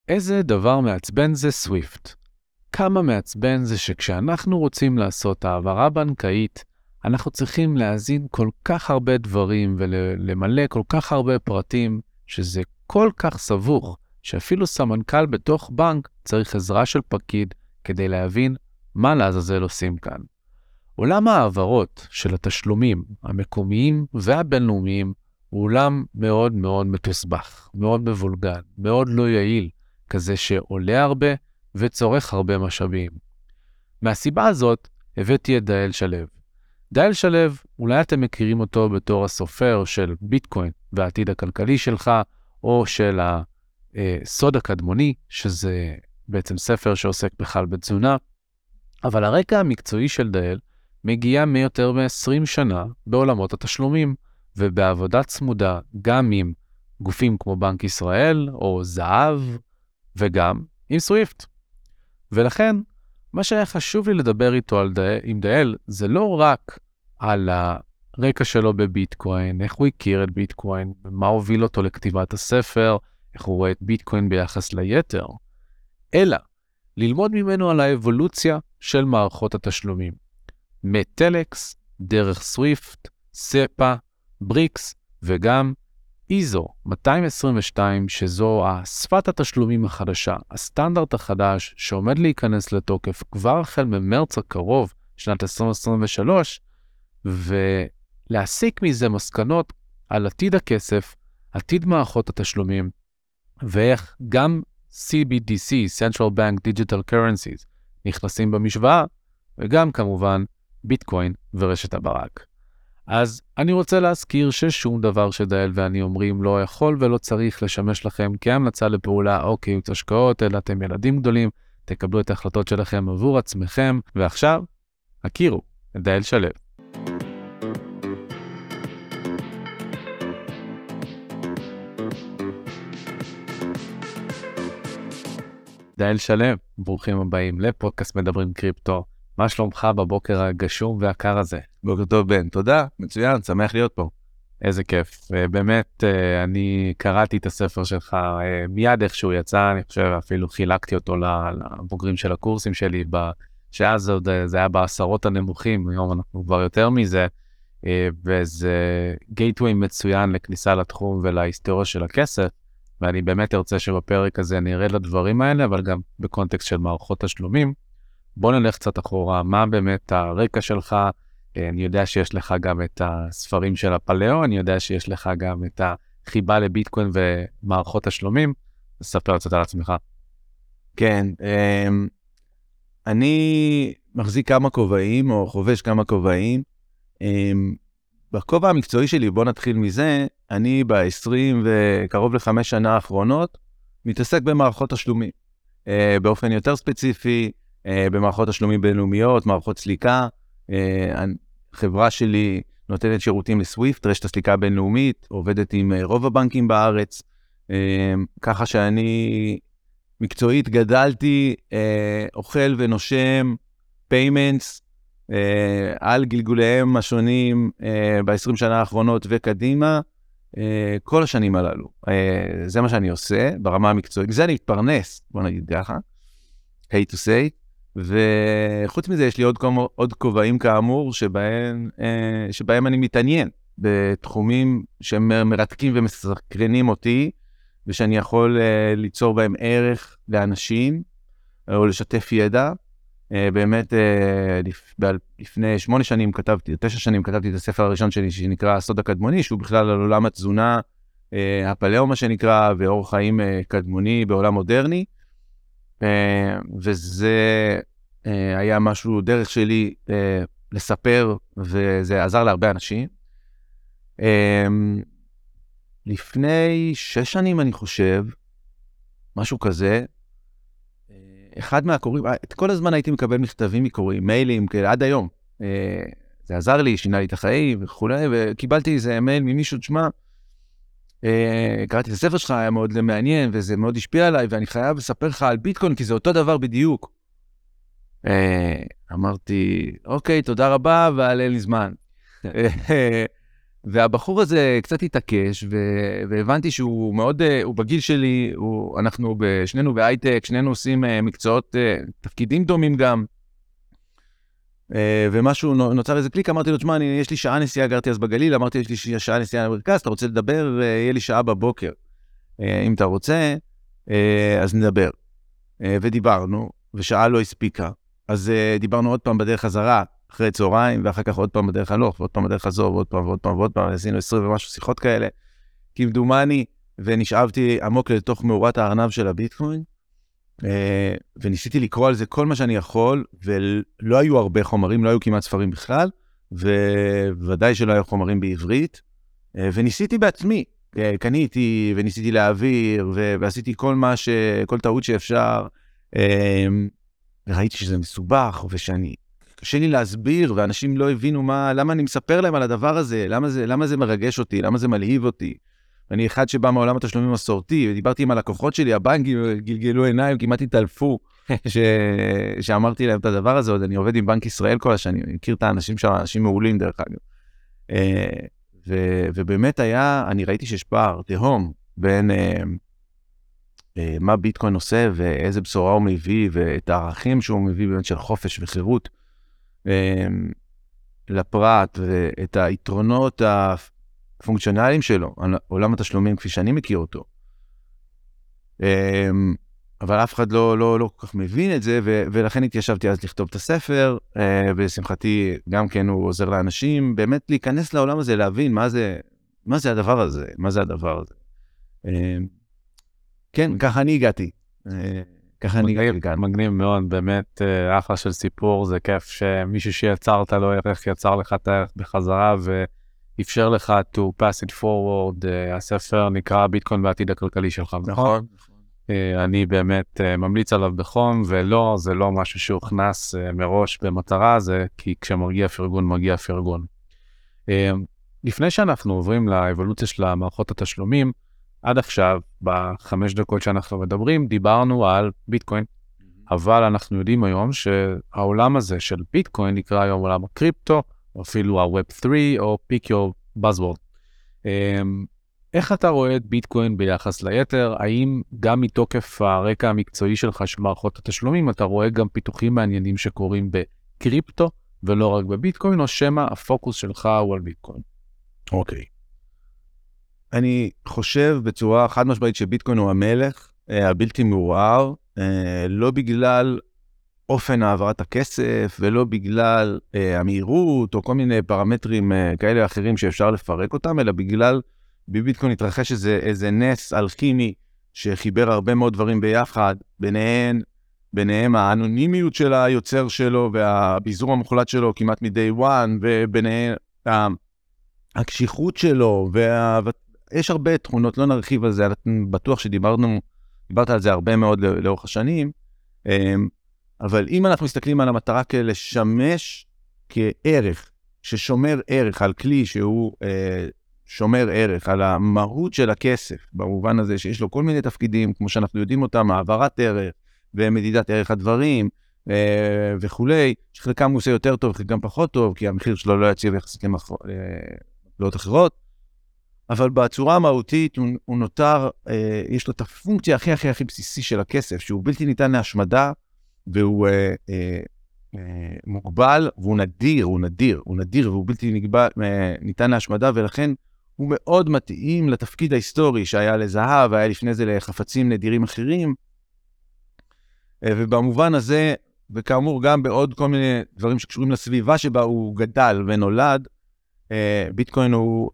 איזה דבר מעצבן זה סוויפט. כמה מעצבן זה שכשאנחנו רוצים לעשות העברה בנקאית, אנחנו צריכים להזין כל כך הרבה דברים ולמלא כל כך הרבה פרטים, שזה כל כך סבוך, שאפילו סמנכ"ל בתוך בנק צריך עזרה של פקיד כדי להבין מה לעזאזל עושים כאן. עולם העברות של התשלומים המקומיים והבינלאומיים הוא עולם מאוד מאוד מתוסבך, מאוד מבולגן, מאוד לא יעיל, כזה שעולה הרבה וצורך הרבה משאבים. מהסיבה הזאת הבאתי את דאל שלו. דאל שלו, אולי אתם מכירים אותו בתור הסופר של ביטקוין והעתיד הכלכלי שלך, או של הסוד הקדמוני, שזה בעצם ספר שעוסק בכלל בתזונה, אבל הרקע המקצועי של דאל מגיע מיותר מ-20 שנה בעולמות התשלומים, ובעבודה צמודה גם עם גופים כמו בנק ישראל או זהב, וגם עם סוויפט. ולכן, מה שהיה חשוב לי לדבר איתו עם דאל, זה לא רק על הרקע שלו בביטקוין, איך הוא הכיר את ביטקוין, מה הוביל אותו לכתיבת הספר, איך הוא רואה את ביטקוין ביחס ליתר, אלא ללמוד ממנו על האבולוציה של מערכות התשלומים. מטלקס, דרך סוויפט, ספה, בריקס וגם איזו 222, שזו שפת התשלומים החדשה, הסטנדרט החדש שעומד להיכנס לתוקף כבר החל ממרץ הקרוב, שנת 2023, ולהסיק מזה מסקנות על עתיד הכסף, עתיד מערכות התשלומים, ואיך גם CBDC, Central Bank Digital Currencies, נכנסים במשוואה, וגם כמובן ביטקוין ורשת הברק. אז אני רוצה להזכיר ששום דבר שדאל ואני אומרים לא יכול ולא צריך לשמש לכם כהמלצה לפעולה או כייעוץ השקעות, אלא אתם ילדים גדולים, תקבלו את ההחלטות שלכם עבור עצמכם, ועכשיו, הכירו את דאל שלו. דאל שלו, ברוכים הבאים לפודקאסט מדברים קריפטו. מה שלומך בבוקר הגשום והקר הזה? בוקר טוב בן, תודה, מצוין, שמח להיות פה. איזה כיף. באמת, אני קראתי את הספר שלך מיד איך שהוא יצא, אני חושב אפילו חילקתי אותו לבוגרים של הקורסים שלי, שאז זה היה בעשרות הנמוכים, היום אנחנו כבר יותר מזה, וזה גייטווי מצוין לכניסה לתחום ולהיסטוריה של הכסף, ואני באמת ארצה שבפרק הזה נרד לדברים האלה, אבל גם בקונטקסט של מערכות תשלומים. בוא נלך קצת אחורה, מה באמת הרקע שלך? אני יודע שיש לך גם את הספרים של הפלאו, אני יודע שיש לך גם את החיבה לביטקוין ומערכות תשלומים. ספר קצת על עצמך. כן, אני מחזיק כמה כובעים, או חובש כמה כובעים. בכובע המקצועי שלי, בוא נתחיל מזה, אני ב-20 וקרוב ל5 שנה האחרונות, מתעסק במערכות תשלומים. באופן יותר ספציפי, במערכות תשלומים בינלאומיות, מערכות סליקה. החברה שלי נותנת שירותים לסוויפט, רשת הסליקה הבינלאומית, עובדת עם רוב הבנקים בארץ, ככה שאני מקצועית גדלתי, אוכל ונושם payments, על גלגוליהם השונים ב-20 שנה האחרונות וקדימה, כל השנים הללו. זה מה שאני עושה ברמה המקצועית, זה אני מתפרנס, בוא נגיד ככה, hate to say, וחוץ מזה יש לי עוד כובעים כאמור שבהם אני מתעניין בתחומים שמרתקים ומסקרנים אותי, ושאני יכול ליצור בהם ערך לאנשים או לשתף ידע. באמת לפני 8 שנים כתבתי, 9 שנים כתבתי את הספר הראשון שלי שנקרא הסוד הקדמוני, שהוא בכלל על עולם התזונה, הפלאו מה שנקרא, ואורח חיים קדמוני בעולם מודרני. וזה היה משהו דרך שלי לספר, וזה עזר להרבה אנשים. לפני 6 שנים אני חושב, משהו כזה, אחד מהקוראים, את כל הזמן הייתי מקבל מכתבים מקוראים, מיילים, עד היום. זה עזר לי, שינה לי את החיים וכו', וקיבלתי איזה מייל ממישהו, תשמע, קראתי את הספר שלך, היה מאוד מעניין, וזה מאוד השפיע עליי, ואני חייב לספר לך על ביטקוין, כי זה אותו דבר בדיוק. אמרתי, אוקיי, תודה רבה, ועלה לי זמן. והבחור הזה קצת התעקש, והבנתי שהוא מאוד, הוא בגיל שלי, אנחנו שנינו בהייטק, שנינו עושים מקצועות, תפקידים דומים גם, ומשהו, נוצר איזה קליק, אמרתי לו, תשמע, יש לי שעה נסיעה, גרתי אז בגליל, אמרתי, יש לי שעה נסיעה למרכז, אתה רוצה לדבר, יהיה לי שעה בבוקר. אם אתה רוצה, אז נדבר. ודיברנו, ושעה לא הספיקה. אז דיברנו עוד פעם בדרך חזרה, אחרי צהריים, ואחר כך עוד פעם בדרך הלוך, ועוד פעם בדרך חזור, ועוד פעם ועוד פעם ועוד פעם, עשינו 20 ומשהו שיחות כאלה, כמדומני, ונשאבתי עמוק לתוך מאורת הארנב של הביטקוין, וניסיתי לקרוא על זה כל מה שאני יכול, ולא היו הרבה חומרים, לא היו כמעט ספרים בכלל, וודאי שלא היו חומרים בעברית, וניסיתי בעצמי, קניתי וניסיתי להעביר, ועשיתי כל טעות שאפשר, וראיתי שזה מסובך, קשה לי להסביר, ואנשים לא הבינו למה אני מספר להם על הדבר הזה, למה זה מרגש אותי, למה זה מלהיב אותי. אני אחד שבא מעולם התשלומים מסורתי, ודיברתי עם הלקוחות שלי, הבנקים גלגלו עיניים, כמעט התעלפו, שאמרתי להם את הדבר הזה, עוד אני עובד עם בנק ישראל כל השנים, אני מכיר את האנשים שם, אנשים מעולים דרך אגב. ובאמת אני ראיתי שיש פער תהום בין מה ביטקוין עושה, ואיזה בשורה הוא מביא, ואת הערכים שהוא מביא באמת של חופש וחירות לפרט, ואת היתרונות הפונקציונליים שלו, על עולם התשלומים כפי שאני מכיר אותו. אבל אף אחד לא כל כך מבין את זה, ולכן התיישבתי אז לכתוב את הספר, ולשמחתי גם כן הוא עוזר לאנשים, באמת להיכנס לעולם הזה, להבין מה זה הדבר הזה, מה זה הדבר הזה. כן, ככה אני הגעתי. מגניב מאוד, באמת אחלה של סיפור, זה כיף שמישהו שיצר את הערך יצר לך את הערך בחזרה, ואפשר לך to pass it forward. הספר נקרא ביטקוין והעתיד הכלכלי שלך. נכון. אני באמת ממליץ עליו בחום, ולא, זה לא משהו שהוכנס מראש במטרה, זה כי כשמגיע פרגון, מגיע פרגון. לפני שאנחנו עוברים לאבולוציה של המערכות התשלומים, עד עכשיו, ב5 דקות שאנחנו מדברים, דיברנו על ביטקוין, אבל אנחנו יודעים היום שהעולם הזה של ביטקוין נקרא היום עולם הקריפטו, או אפילו ה-Web 3, או pick your buzzword. איך אתה רואה את ביטקוין ביחס ליתר? האם גם מתוקף הרקע המקצועי שלך של מערכות התשלומים, אתה רואה גם פיתוחים מעניינים שקורים בקריפטו, ולא רק בביטקוין, או שמה הפוקוס שלך הוא על ביטקוין? אוקיי. אני חושב בצורה חד משמעית שביטקוין הוא המלך, הבלתי מעורער, לא בגלל אופן העברת הכסף, ולא בגלל המהירות, או כל מיני פרמטרים כאלה אחרים שאפשר לפרק אותם, אלא בגלל בביטקוין התרחש איזה נס אלכימי, שחיבר הרבה מאוד דברים ביחד, ביניהם האנונימיות של היוצר שלו, והביזור המוחלט שלו כמעט מ-day one, וביניהם הקשיחות שלו, יש הרבה תכונות, לא נרחיב על זה, בטוח דיברת על זה הרבה מאוד לאורך השנים, אבל אם אנחנו מסתכלים על המטרה כלשמש כערך, ששומר ערך על כלי שהוא שומר ערך, על המהות של הכסף, במובן הזה שיש לו כל מיני תפקידים, כמו שאנחנו יודעים אותם, העברת ערך ומדידת ערך הדברים וכולי, שחלקם הוא עושה יותר טוב, חלקם פחות טוב, כי המחיר שלו לא יציב יחסית למחלות אחרות, אבל בצורה המהותית הוא נותר, יש לו את הפונקציה הכי בסיסי של הכסף, שהוא בלתי ניתן להשמדה, והוא מוגבל, והוא נדיר, והוא בלתי ניתן להשמדה, ולכן הוא מאוד מתאים לתפקיד ההיסטורי שהיה לזהב, והיה לפני זה לחפצים נדירים אחרים, ובמובן הזה, וכאמור גם בעוד כל מיני דברים שקשורים לסביבה שבה הוא גדל ונולד, ביטקוין הוא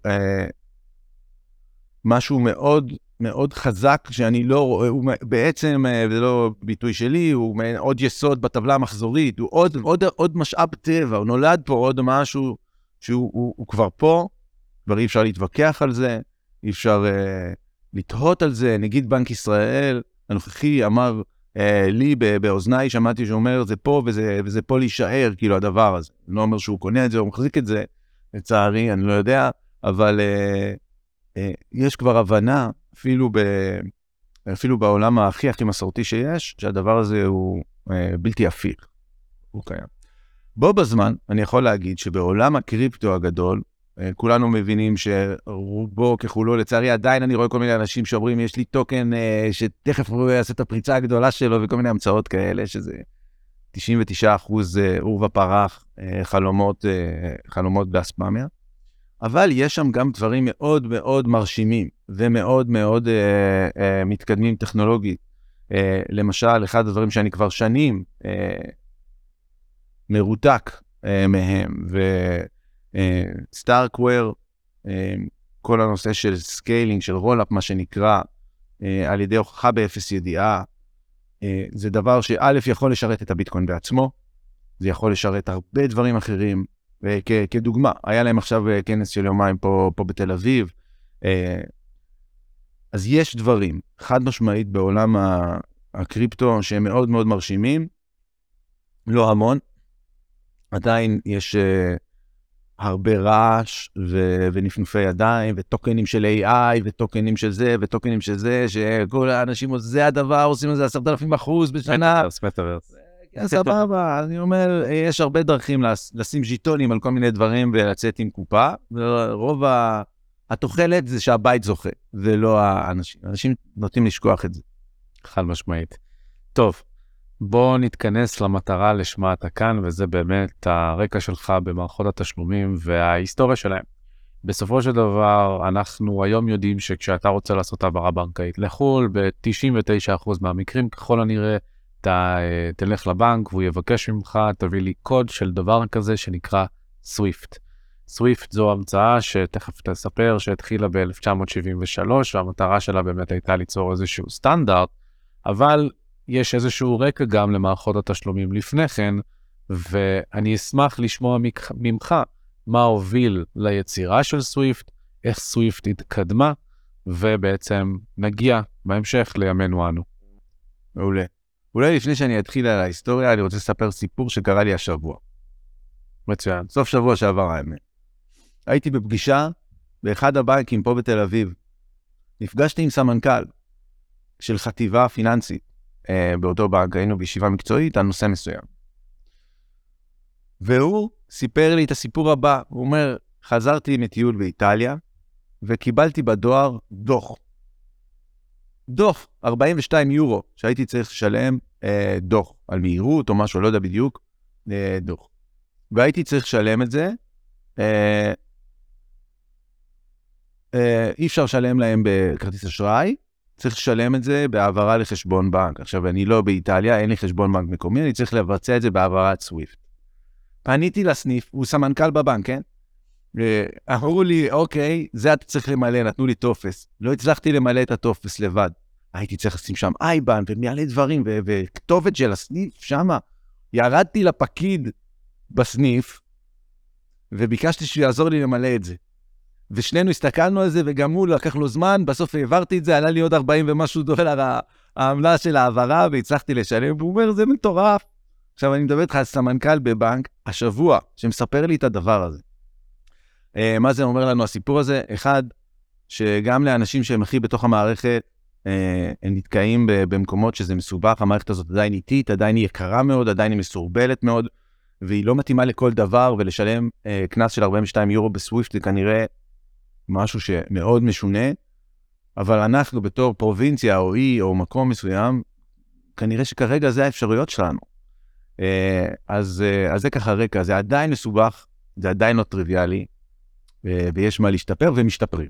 משהו מאוד מאוד חזק, שאני לא רואה, הוא בעצם, זה לא ביטוי שלי, הוא עוד יסוד בטבלה המחזורית, הוא עוד משאב טבע, הוא נולד פה עוד משהו שהוא כבר פה, כבר אי אפשר להתווכח על זה, אי אפשר לתהות על זה. נגיד בנק ישראל הנוכחי אמר לי באוזניי, שמעתי שאומר זה פה וזה פה להישאר, כאילו הדבר הזה. אני לא אומר שהוא קונה את זה או מחזיק את זה, לצערי, אני לא יודע, אבל יש כבר הבנה, אפילו בעולם הכי מסורתי שיש, שהדבר הזה הוא בלתי הפיך, הוא קיים. בו בזמן, אני יכול להגיד שבעולם הקריפטו הגדול, כולנו מבינים שרובו ככולו, לצערי עדיין אני רואה כל מיני אנשים שאומרים, יש לי טוקן שתכף הוא יעשה את הפריצה הגדולה שלו, וכל מיני המצאות כאלה, שזה 99% עורבא פרח, חלומות באספמיה. אבל יש שם גם דברים מאוד מאוד מרשימים, ומאוד מאוד מתקדמים טכנולוגית. למשל, אחד הדברים שאני כבר שנים מרותק מהם, וסטארקוור, כל הנושא של סקיילינג, של רולאפ, מה שנקרא, על ידי הוכחה באפס ידיעה, זה דבר שא' יכול לשרת את הביטקוין בעצמו, זה יכול לשרת הרבה דברים אחרים, כדוגמה, היה להם עכשיו כנס של יומיים פה בתל אביב, אז יש דברים, חד משמעית בעולם הקריפטו, שהם מאוד מאוד מרשימים, לא המון, עדיין יש הרבה רעש ונפנופי ידיים, וטוקנים של AI, וטוקנים של זה, וטוקנים של זה, שכל האנשים, זה הדבר, עושים את זה 10,000% בשנה. סבבה, אני אומר, יש הרבה דרכים לשים ז'יטונים על כל מיני דברים ולצאת עם קופה, ורוב התוחלת זה שהבית זוכה, ולא האנשים. אנשים נוטים לשכוח את זה. חד משמעית. טוב, בוא נתכנס למטרה לשמה אתה כאן, וזה באמת הרקע שלך במערכות התשלומים וההיסטוריה שלהם. בסופו של דבר, אנחנו היום יודעים שכשאתה רוצה לעשות העברה בנקאית לחול, ב-99% מהמקרים, ככל הנראה, אתה תלך לבנק והוא יבקש ממך, תביא לי קוד של דבר כזה שנקרא סוויפט. סוויפט זו המצאה שתכף תספר שהתחילה ב-1973, והמטרה שלה באמת הייתה ליצור איזשהו סטנדרט, אבל יש איזשהו רקע גם למערכות התשלומים לפני כן, ואני אשמח לשמוע ממך מה הוביל ליצירה של סוויפט, איך סוויפט התקדמה, ובעצם נגיע בהמשך לימינו אנו. מעולה. אולי לפני שאני אתחיל על ההיסטוריה, אני רוצה לספר סיפור שקרה לי השבוע. מצוין. סוף שבוע שעבר האמת. הייתי בפגישה באחד הבנקים פה בתל אביב. נפגשתי עם סמנכ"ל של חטיבה פיננסית באותו בנק, היינו בישיבה מקצועית על נושא מסוים. והוא סיפר לי את הסיפור הבא, הוא אומר, חזרתי מטיול באיטליה, וקיבלתי בדואר דוח, 42 יורו, שהייתי צריך לשלם דוח, על מהירות או משהו, לא יודע בדיוק, דוח. והייתי צריך לשלם את זה, אי אפשר לשלם להם בכרטיס אשראי, צריך לשלם את זה בהעברה לחשבון בנק. עכשיו, אני לא באיטליה, אין לי חשבון בנק מקומי, אני צריך לבצע את זה בהעברת סוויפט. פניתי לסניף, הוא סמנכ"ל בבנק, כן? אמרו לי, אוקיי, זה אתה צריך למלא, נתנו לי טופס. לא הצלחתי למלא את הטופס לבד. הייתי צריך לשים שם אייבן ומעלה דברים, וכתובת של הסניף שמה. ירדתי לפקיד בסניף, וביקשתי שהוא יעזור לי למלא את זה. ושנינו הסתכלנו על זה, וגם הוא לקח לו זמן, בסוף העברתי את זה, עלה לי עוד 40 ומשהו דולר העמלה של העברה, והצלחתי לשלם, והוא אומר, זה מטורף. עכשיו אני מדבר איתך על סמנכ"ל בבנק, השבוע, שמספר לי את הדבר הזה. מה זה אומר לנו הסיפור הזה? אחד, שגם לאנשים שהם הכי בתוך המערכת, הם נתקעים במקומות שזה מסובך, המערכת הזאת עדיין איטית, עדיין היא יקרה מאוד, עדיין היא מסורבלת מאוד, והיא לא מתאימה לכל דבר, ולשלם קנס של 42 יורו בסוויפט, זה כנראה משהו שמאוד משונה, אבל אנחנו בתור פרובינציה או אי או מקום מסוים, כנראה שכרגע זה האפשרויות שלנו. אז זה ככה רקע, זה עדיין מסובך, זה עדיין לא טריוויאלי, ויש מה להשתפר ומשתפרים.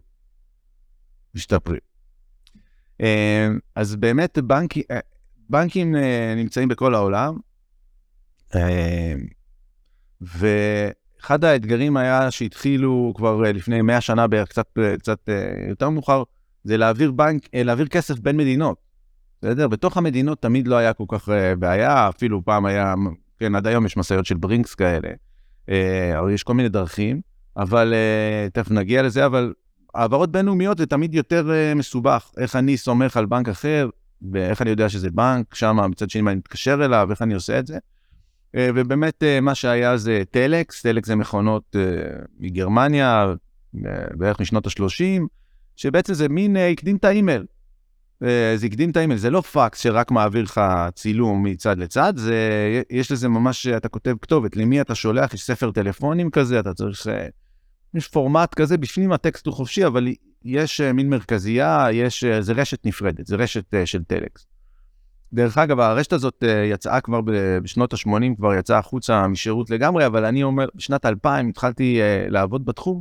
אז באמת בנקים נמצאים בכל העולם, ואחד האתגרים היה שהתחילו כבר לפני 100 שנה בערך, קצת יותר מאוחר, זה להעביר כסף בין מדינות. בסדר? בתוך המדינות תמיד לא היה כל כך בעיה, אפילו פעם היה, כן, עד היום יש מסעיות של ברינקס כאלה, יש כל מיני דרכים, אבל תכף נגיע לזה, אבל העברות בינלאומיות זה תמיד יותר מסובך, איך אני סומך על בנק אחר, ואיך אני יודע שזה בנק, שם מצד שני אני מתקשר אליו, איך אני עושה את זה, ובאמת מה שהיה זה טלקס זה מכונות מגרמניה, בערך משנות ה-30, שבעצם זה מין הקדים את האימייל, זה הקדים את האימייל, זה לא פקס שרק מעביר לך צילום מצד לצד, יש לזה ממש, אתה כותב כתובת, למי אתה שולח, יש ספר טלפונים כזה, אתה צריך יש פורמט כזה, בפנים הטקסט הוא חופשי, אבל יש מין מרכזייה, זה רשת נפרדת, זה רשת של טלקס. דרך אגב, הרשת הזאת יצאה כבר בשנות ה-80, כבר יצאה החוצה משירות לגמרי, אבל אני אומר, בשנת 2000 התחלתי לעבוד בתחום,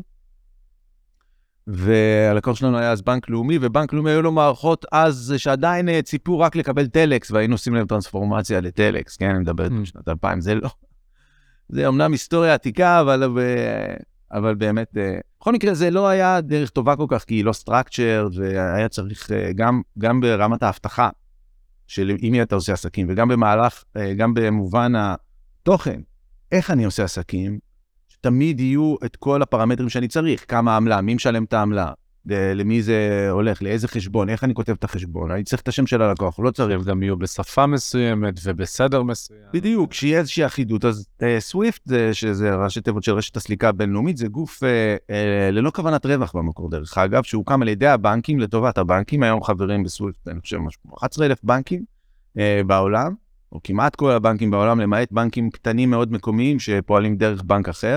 והלקוח שלנו היה אז בנק לאומי, ובנק לאומי היו לו מערכות אז שעדיין ציפו רק לקבל טלקס, והיינו עושים להם טרנספורמציה לטלקס, כן, אני מדבר בשנת 2000, זה לא, זה אמנם היסטוריה עתיקה, אבל באמת, בכל מקרה זה לא היה דרך טובה כל כך, כי היא לא סטרקצ'ר, והיה צריך גם ברמת ההבטחה, של אם אתה עושה עסקים, וגם במהלך, גם במובן התוכן, איך אני עושה עסקים, שתמיד יהיו את כל הפרמטרים שאני צריך, כמה עמלה, מי משלם את העמלה, למי זה הולך, לאיזה חשבון, איך אני כותב את החשבון, אני צריך את השם של הלקוח, לא צריך. גם יהיו בשפה מסוימת ובסדר מסוים. בדיוק, כשיהיה איזושהי אחידות, אז סוויפט, שזה ראשי תיבות של רשת הסליקה הבינלאומית, זה גוף ללא כוונת רווח במקור דרך אגב, שהוקם על ידי הבנקים לטובת הבנקים, היום חברים בסוויפט, אני חושב משהו כמו 11,000 בנקים בעולם, או כמעט כל הבנקים בעולם, למעט בנקים קטנים מאוד מקומיים שפועלים דרך בנק אחר.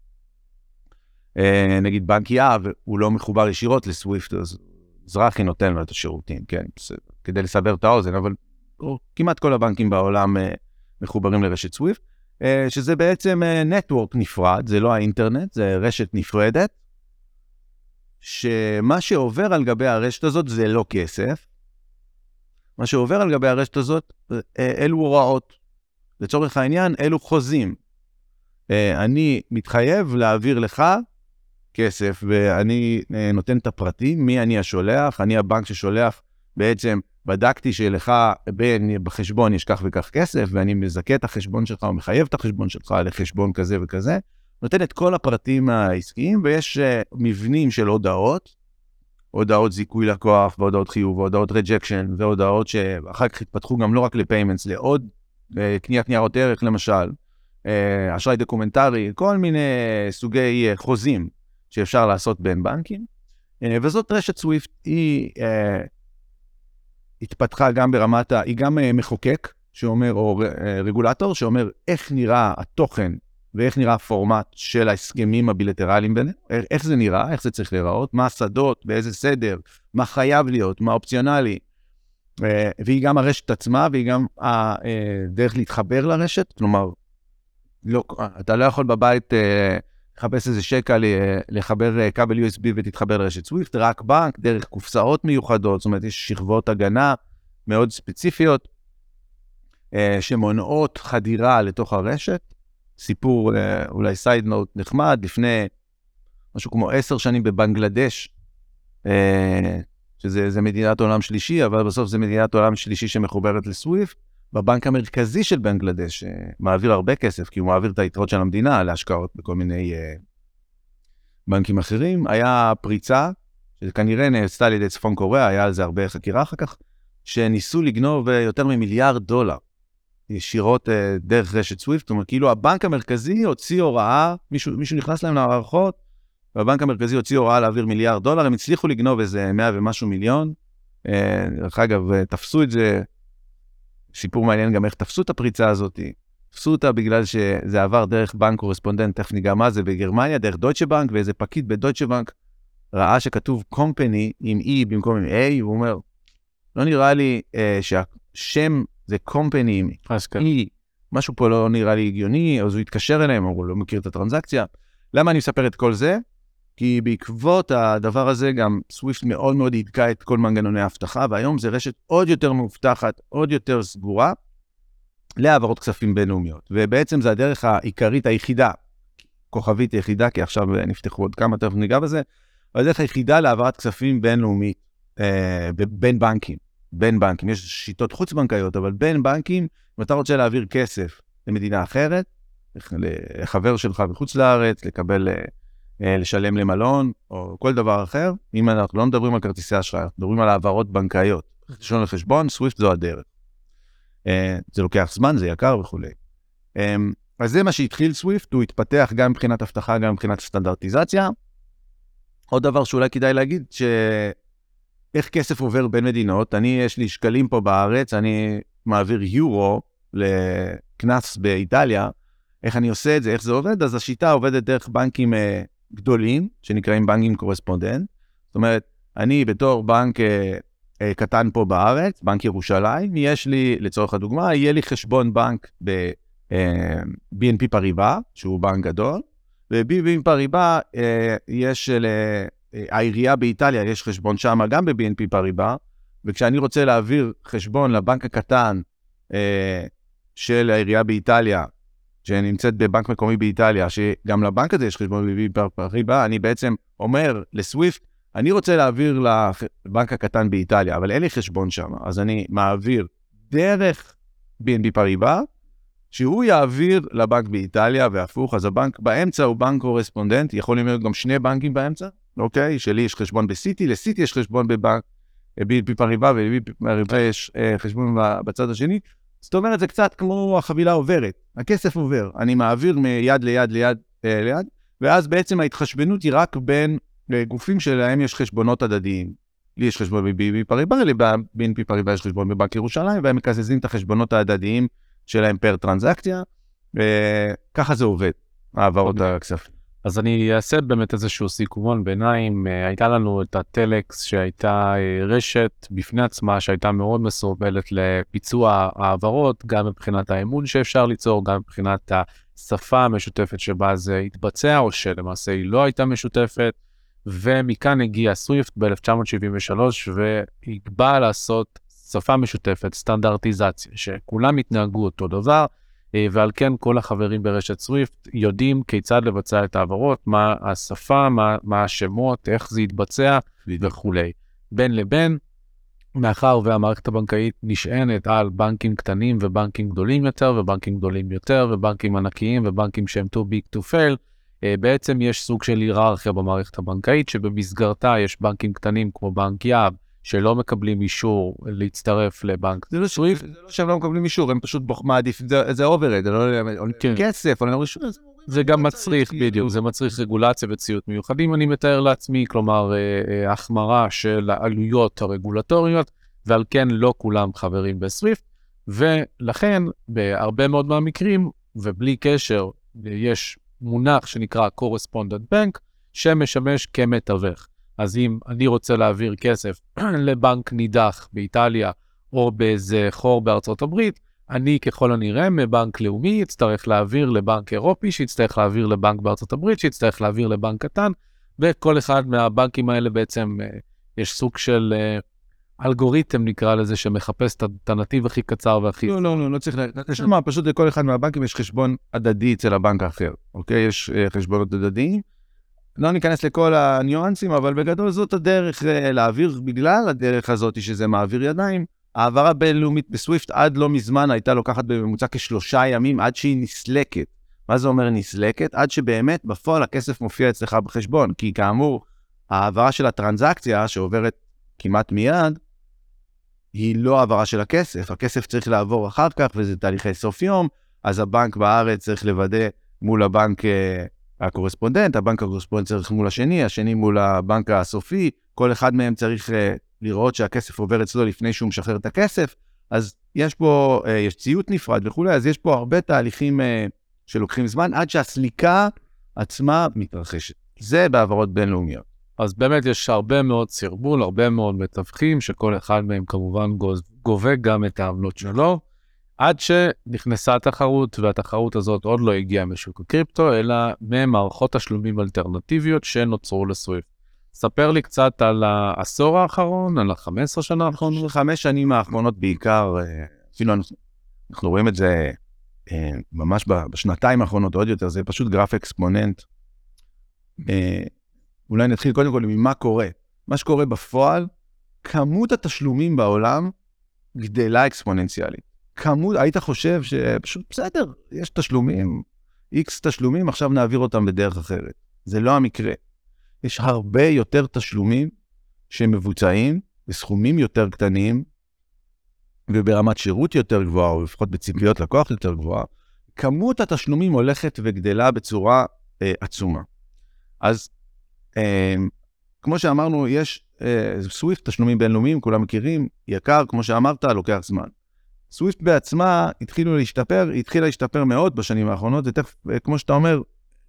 נגיד בנק יהב, הוא לא מחובר ישירות לסוויפט, אז זרחי נותן לו את השירותים, כן, כדי לסבר את האוזן, אבל כמעט כל הבנקים בעולם מחוברים לרשת סוויפט, שזה בעצם נטוורק נפרד, זה לא האינטרנט, זה רשת נפרדת, שמה שעובר על גבי הרשת הזאת זה לא כסף, מה שעובר על גבי הרשת הזאת, אלו הוראות, לצורך העניין, אלו חוזים. אני מתחייב להעביר לך כסף, ואני נותן את הפרטים, מי אני השולח, אני הבנק ששולח, בעצם בדקתי שלך בחשבון יש כך וכך כסף, ואני מזכה את החשבון שלך, או מחייב את החשבון שלך לחשבון כזה וכזה, נותן את כל הפרטים העסקיים, ויש מבנים של הודעות זיכוי לקוח, והודעות חיוב, והודעות רג'קשן, והודעות שאחר כך התפתחו גם לא רק לפיימנטס, לעוד קניית ניירות ערך למשל, אשראי דוקומנטרי, כל מיני סוגי חוזים שאפשר לעשות בין בנקים, וזאת רשת סוויפט, היא התפתחה גם ברמת, היא גם מחוקק שאומר, או רגולטור שאומר איך נראה התוכן ואיך נראה הפורמט של ההסכמים הבילטרליים ביניהם, איך זה נראה, איך זה צריך להיראות, מה השדות, באיזה סדר, מה חייב להיות, מה אופציונלי, והיא גם הרשת עצמה, והיא גם הדרך להתחבר לרשת, כלומר, לא, אתה לא יכול בבית לחפש איזה שקע לחבר כבל USB ותתחבר לרשת סוויפט, רק בנק, דרך קופסאות מיוחדות, זאת אומרת, יש שכבות הגנה מאוד ספציפיות, שמונעות חדירה לתוך הרשת, סיפור, אולי סייד נוט נחמד, לפני משהו כמו 10 שנים בבנגלדש, שזה מדינת עולם שלישי, אבל בסוף זה מדינת עולם שלישי שמחוברת לסוויפט, בבנק המרכזי של בנגלדש, מעביר הרבה כסף, כי הוא מעביר את היתרות של המדינה להשקעות בכל מיני בנקים אחרים, היה פריצה, שכנראה נעשתה על ידי צפון קוריאה, היה על זה הרבה חקירה אחר כך, שניסו לגנוב יותר $1 מיליארד, ישירות דרך רשת סוויפט, זאת אומרת, כאילו הבנק המרכזי הוציא הוראה, מישהו נכנס להם למערכות, והבנק המרכזי הוציא הוראה להעביר $1 מיליארד, הם הצליחו לגנוב איזה 100 ומשהו מיליון, דרך אגב, תפסו את זה, סיפור מעניין גם איך תפסו את הפריצה הזאת, תפסו אותה בגלל שזה עבר דרך בנק קורספונדנט, תכף ניגע מה זה בגרמניה, דרך דויטשה בנק, ואיזה פקיד בדויטשה בנק ראה שכתוב company עם E במקום עם A, הוא אומר, לא נראה לי שהשם זה company עם E, משהו פה לא נראה לי הגיוני, אז הוא התקשר אליהם, הוא לא מכיר את הטרנזקציה. למה אני מספר את כל זה? כי בעקבות הדבר הזה גם סוויפט מאוד מאוד ידקה את כל מנגנוני ההבטחה, והיום זה רשת עוד יותר מאובטחת, עוד יותר סגורה, להעברות כספים בינלאומיות. ובעצם זה הדרך העיקרית היחידה, כוכבית היחידה, כי עכשיו נפתחו עוד כמה, תכף ניגע בזה, אבל הדרך היחידה להעברת כספים בינלאומית, בין בנקים. בין בנקים, יש שיטות חוץ בנקאיות, אבל בין בנקים, אם אתה רוצה להעביר כסף למדינה אחרת, לחבר שלך בחוץ לארץ, לשלם למלון, או כל דבר אחר, אם אנחנו לא מדברים על כרטיסי אשראי, אנחנו מדברים על העברות בנקאיות, חשבון לחשבון, סוויפט זו הדרך. זה לוקח זמן, זה יקר וכו'. אז זה מה שהתחיל סוויפט, הוא התפתח גם מבחינת הבטחה, גם מבחינת סטנדרטיזציה. עוד דבר שאולי כדאי להגיד, איך כסף עובר בין מדינות, יש לי שקלים פה בארץ, אני מעביר יורו לכנס באיטליה, איך אני עושה את זה, איך זה עובד, אז השיטה עובדת דרך בנקים גדולים, שנקראים בנקים קורספונדנט. זאת אומרת, אני בתור בנק קטן פה בארץ, בנק ירושלים, יש לי, לצורך הדוגמה, יהיה לי חשבון בנק ב-BNP פריבה, שהוא בנק גדול, וב-BNP פריבה יש העירייה באיטליה, יש חשבון שם גם ב-BNP פריבה, וכשאני רוצה להעביר חשבון לבנק הקטן של העירייה באיטליה, שנמצאת בבנק מקומי באיטליה, שגם לבנק הזה יש חשבון ב-BNP פריבה, אני בעצם אומר לסוויפט, אני רוצה להעביר לבנק הקטן באיטליה, אבל אין לי חשבון שם, אז אני מעביר דרך BNP פריבה, שהוא יעביר לבנק באיטליה והפוך, אז הבנק באמצע הוא בנק קורספונדנט, יכולים להיות גם שני בנקים באמצע, אוקיי? שלי יש חשבון בסיטי, לסיטי יש חשבון בבנק BNP פריבה, וב-BNP פריבה יש חשבון בצד השני, זאת אומרת, זה קצת כמו החבילה עוברת, הכסף עובר, אני מעביר מיד ליד ליד ליד, ואז בעצם ההתחשבנות היא רק בין גופים שלהם יש חשבונות הדדיים. לי יש חשבון ב-BNP פריבה, ב-BNP פריבה יש חשבון בבנק ירושלים, והם מקזזים את החשבונות הדדיים שלהם פר טרנזקציה, וככה זה עובד, העברות הכספים. אז אני אעשה באמת איזשהו סיכומון ביניים. הייתה לנו את הטלקס שהייתה רשת בפני עצמה, שהייתה מאוד מסורבלת לביצוע העברות, גם מבחינת האמון שאפשר ליצור, גם מבחינת השפה המשותפת שבה זה התבצע, או שלמעשה היא לא הייתה משותפת, ומכאן הגיע סוויפט ב-1973, והיא באה לעשות שפה משותפת, סטנדרטיזציה, שכולם התנהגו אותו דבר, ועל כן כל החברים ברשת סוויפט יודעים כיצד לבצע את העברות, מה השפה, מה השמות, איך זה יתבצע וכו'. בין לבין, מאחר והמערכת הבנקאית נשענת על בנקים קטנים ובנקים גדולים יותר, ובנקים גדולים יותר, ובנקים ענקיים ובנקים שהם too big to fail, בעצם יש סוג של היררכיה במערכת הבנקאית, שבמסגרתה יש בנקים קטנים כמו בנק יהב, שלא מקבלים אישור להצטרף לבנק. זה לא סוויפט, זה לא שהם לא מקבלים אישור, הם פשוט מעדיף, זה אובררד, זה לא כסף, או לא אישור. זה גם מצריך, בדיוק, זה מצריך רגולציה וציות מיוחדים, אני מתאר לעצמי, כלומר, החמרה של העלויות הרגולטוריות, ועל כן לא כולם חברים בסוויפט, ולכן, בהרבה מאוד מהמקרים, ובלי קשר, יש מונח שנקרא Correspondent Bank, שמשמש כמתווך. אז אם אני רוצה להעביר כסף לבנק נידח באיטליה, או באיזה חור בארצות הברית, אני ככל הנראה מבנק לאומי יצטרך להעביר לבנק אירופי, שיצטרך להעביר לבנק בארצות הברית, שיצטרך להעביר לבנק קטן, וכל אחד מהבנקים האלה בעצם יש סוג של אלגוריתם נקרא לזה, שמחפש את הנתיב הכי קצר והכי... לא צריך לשמוע, פשוט לכל אחד מהבנקים יש חשבון הדדי אצל הבנק האחר, אוקיי? יש חשבונות הדדיים, לא ניכנס לכל הניואנסים, אבל בגדול זאת הדרך להעביר, בגלל הדרך הזאת שזה מעביר ידיים, העברה בינלאומית בסוויפט עד לא מזמן הייתה לוקחת בממוצע כ3 ימים עד שהיא נסלקת. מה זה אומר נסלקת? עד שבאמת בפועל הכסף מופיע אצלך בחשבון, כי כאמור, העברה של הטרנזקציה שעוברת כמעט מיד, היא לא העברה של הכסף. הכסף צריך לעבור אחר כך, וזה תהליכי סוף יום, אז הבנק בארץ צריך לוודא מול הבנק הקורספונדנט, הבנק הקורספונדנט צריך מול השני מול הבנק הסופי, כל אחד מהם צריך לראות שהכסף עובר אצלו לפני שהוא משחרר את הכסף, אז יש פה, יש ציות נפרד וכו', אז יש פה הרבה תהליכים שלוקחים זמן, עד שהסליקה עצמה מתרחשת. זה בעברות בינלאומיות. אז באמת יש הרבה מאוד סרבול, הרבה מאוד מתווכים, שכל אחד מהם כמובן גובה גם את העמלות שלו, עד שנכנסה התחרות, והתחרות הזאת עוד לא הגיעה משוק הקריפטו, אלא ממערכות תשלומים אלטרנטיביות שנוצרו לסוויפט. ספר לי קצת על העשור האחרון, על 15 שנה האחרונות. 5 שנים האחרונות בעיקר, אפילו אנחנו רואים את זה ממש בשנתיים האחרונות עוד יותר, זה פשוט גרף אקספוננט. אולי נתחיל קודם כל ממה קורה. מה שקורה בפועל, כמות התשלומים בעולם גדלה אקספוננציאלית. היית חושב שפשוט בסדר, יש תשלומים, X תשלומים, עכשיו נעביר אותם בדרך אחרת. זה לא המקרה. יש הרבה יותר תשלומים שמבוצעים בסכומים יותר קטנים, וברמת שירות יותר גבוהה, או לפחות בציפיות לקוח יותר גבוהה, כמות התשלומים הולכת וגדלה בצורה עצומה. אז כמו שאמרנו, יש סוויפט, תשלומים בינלאומיים, כולם מכירים, יקר, כמו שאמרת, לוקח זמן. סוויפט בעצמה התחילה להשתפר מאוד בשנים האחרונות, ותכף, כמו שאתה אומר,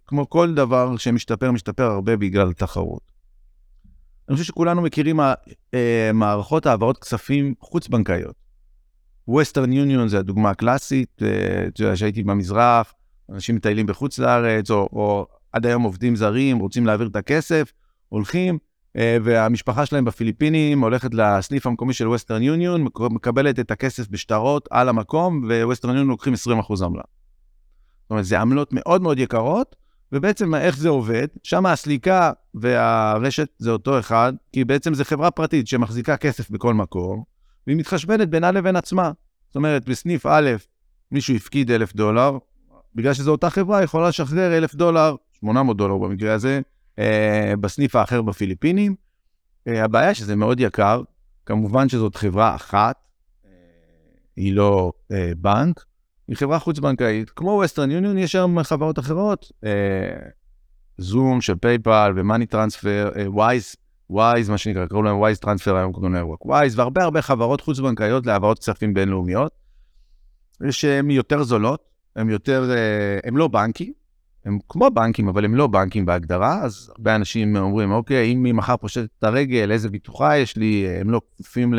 כמו כל דבר שמשתפר, משתפר הרבה בגלל תחרות. אני חושב שכולנו מכירים מערכות העברות כספים חוץ-בנקאיות. Western Union זה הדוגמה הקלאסית, שהייתי במזרח, אנשים מטיילים בחוץ לארץ, או עד היום עובדים זרים, רוצים להעביר את הכסף, הולכים, והמשפחה שלהם בפיליפינים הולכת לסניף המקומי של Western Union, מקבלת את הכסף בשטרות על המקום, ו-Western Union לוקחים 20% עמלה. זאת אומרת, זה עמלות מאוד מאוד יקרות, ובעצם איך זה עובד? שם הסליקה והרשת זה אותו אחד, כי בעצם זה חברה פרטית שמחזיקה כסף בכל מקום, והיא מתחשבנת בינה לבין עצמה. זאת אומרת, בסניף א', מישהו הפקיד $1,000, בגלל שזו אותה חברה, יכולה לשחרר $1,000, $800 במקרה הזה, בסניף האחר בפיליפינים. הבעיה שזה מאוד יקר, כמובן שזאת חברה אחת, היא לא בנק, היא חברה חוץ-בנקאית. כמו Western Union, יש שם חברות אחרות, זום של פייפל ומאני טרנספר, וויז, מה שנקרא, קראו להם וויז טרנספר, היום קוראים להם וויז, והרבה הרבה חברות חוץ-בנקאיות להעברות כספים בינלאומיות, שהן יותר זולות, הם לא בנקים, הם כמו בנקים, אבל הם לא בנקים בהגדרה, אז הרבה אנשים אומרים, אוקיי, אם מחר פושט את הרגל, איזה ביטוחה יש לי, הם לא כפופים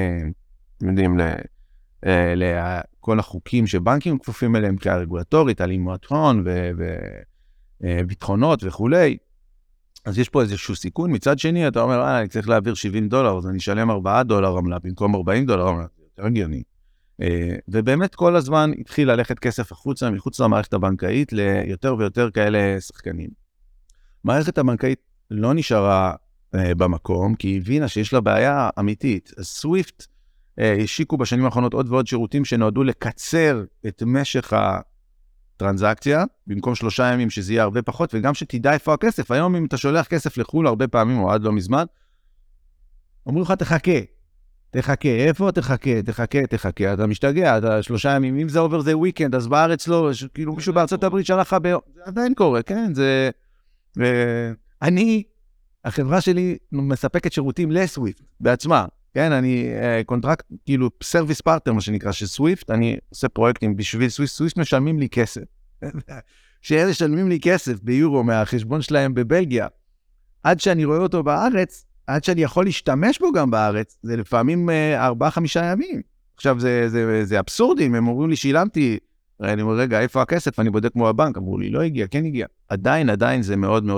לכל החוקים שבנקים כפופים אליהם, כרגולטורית, על אימות הון וביטחונות וכולי. אז יש פה איזשהו סיכון. מצד שני, אתה אומר, אני צריך להעביר $70, אז אני אשלם $4 עמלה, במקום $40 עמלה, זה יותר הגיוני. ובאמת כל הזמן התחיל ללכת כסף החוצה, מחוץ למערכת הבנקאית, ליותר ויותר כאלה שחקנים. מערכת הבנקאית לא נשארה במקום, כי היא הבינה שיש לה בעיה אמיתית. אז סוויפט השיקו בשנים האחרונות עוד ועוד שירותים שנועדו לקצר את משך הטרנזקציה, במקום 3 ימים שזה יהיה הרבה פחות, וגם שתדע איפה הכסף. היום אם אתה שולח כסף לחול הרבה פעמים, או עד לא מזמן, אומרים לך תחכה, איפה תחכה, אתה משתגע, אתה 3 ימים, אם זה עובר זה וויקנד, אז בארץ לא, כאילו מישהו בארצות הברית שלח לך זה עדיין קורה, כן, זה... החברה שלי מספקת שירותים לסוויפט בעצמה, כן, אני קונטרקט, כאילו סרוויס פרטנר, מה שנקרא, שסוויפט, אני עושה פרויקטים בשביל סוויפט משלמים לי כסף. שאלה משלמים לי כסף ביורו מהחשבון שלהם בבלגיה, עד שאני רואה אותו בארץ, עד שאני יכול להשתמש בו גם בארץ, זה לפעמים 4-5 ימים. עכשיו, זה אבסורדי, הם אומרים לי, שילמתי, אני אומר, רגע, איפה הכסף? אני בודק כמו הבנק, אמרו לי, לא הגיע, כן הגיע. עדיין זה מאוד מאוד...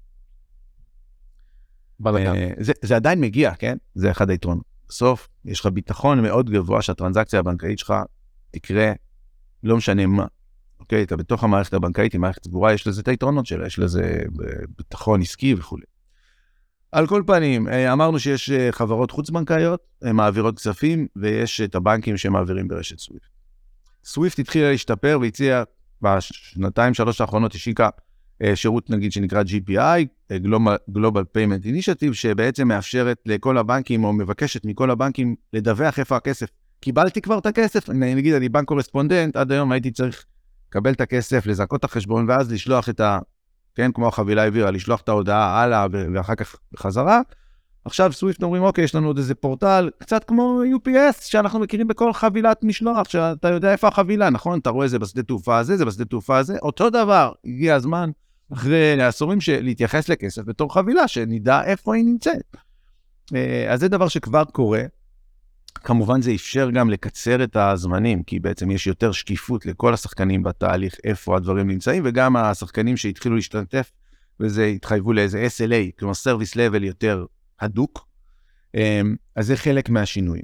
זה עדיין מגיע, כן? זה אחד היתרונות. בסוף, יש לך ביטחון מאוד גבוה שהטרנזקציה הבנקאית שלך תקרה, לא משנה מה. אוקיי, אתה בתוך המערכת הבנקאית, עם מערכת סגורה, יש לזה את היתרונות שלה, יש לזה ביטחון עסקי וכו'. על כל פנים, אמרנו שיש חברות חוץ-בנקאיות, מעבירות כספים, ויש את הבנקים שמעבירים ברשת סוויפט. סוויפט התחילה להשתפר והציעה ב2-3 האחרונות השיקה שירות נגיד שנקרא GPI, Global Payment Initiative, שבעצם מאפשרת לכל הבנקים, או מבקשת מכל הבנקים לדווח איפה הכסף. קיבלתי כבר את הכסף, נגיד אני בנק קורספונדנט, עד היום הייתי צריך לקבל את הכסף, לזרקות את החשבון, ואז לשלוח את כן, כמו החבילה העבירה, לשלוח את ההודעה הלאה ואחר כך בחזרה. עכשיו סוויפט אומרים, אוקיי, יש לנו עוד איזה פורטל, קצת כמו UPS, שאנחנו מכירים בכל חבילת משלוח, שאתה יודע איפה החבילה, נכון? אתה רואה זה בשדה תעופה הזה, זה בשדה תעופה הזה, אותו דבר, הגיע הזמן, אחרי העשורים להתייחס לכסף בתור חבילה, שנדע איפה היא נמצאת. אז זה דבר שכבר קורה, כמובן זה אפשר גם לקצר את הזמנים, כי בעצם יש יותר שקיפות לכל השחקנים בתהליך, איפה הדברים נמצאים, וגם השחקנים שהתחילו להשתתף, וזה התחייבו לאיזה SLA, כלומר Service Level יותר הדוק, אז זה חלק מהשינויים.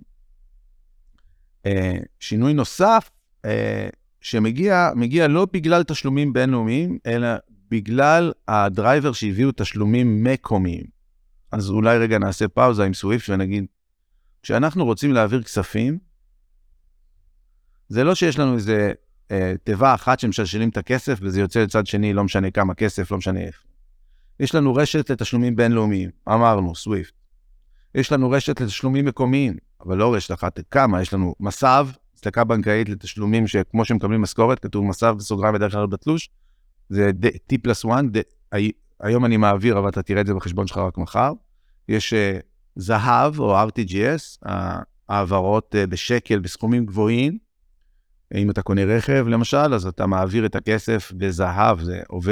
שינוי נוסף, שמגיע לא בגלל תשלומים בינלאומיים, אלא בגלל הדרייבר שהביאו תשלומים מקומיים. אז אולי רגע נעשה פאוזה עם סוויפט ונגיד, כשאנחנו רוצים להעביר כספים, זה לא שיש לנו איזה תיבה אחת שמשלשלים את הכסף, וזה יוצא לצד שני, לא משנה כמה כסף, לא משנה איפה. יש לנו רשת לתשלומים בינלאומיים, אמרנו, סוויפט. יש לנו רשת לתשלומים מקומיים, אבל לא רשת אחת, כמה? יש לנו מסב, סליקה בנקאית לתשלומים שכמו שמקבלים משכורת, כתוב מסב בסוגריים בדרך כלל בתלוש, זה T+1, היום אני מעביר, אבל אתה תראה את זה בחשבון שלך רק מחר. יש זהב או RTGS, העברות בשקל בסכומים גבוהים, אם אתה קונה רכב למשל, אז אתה מעביר את הכסף בזהב, זה עובר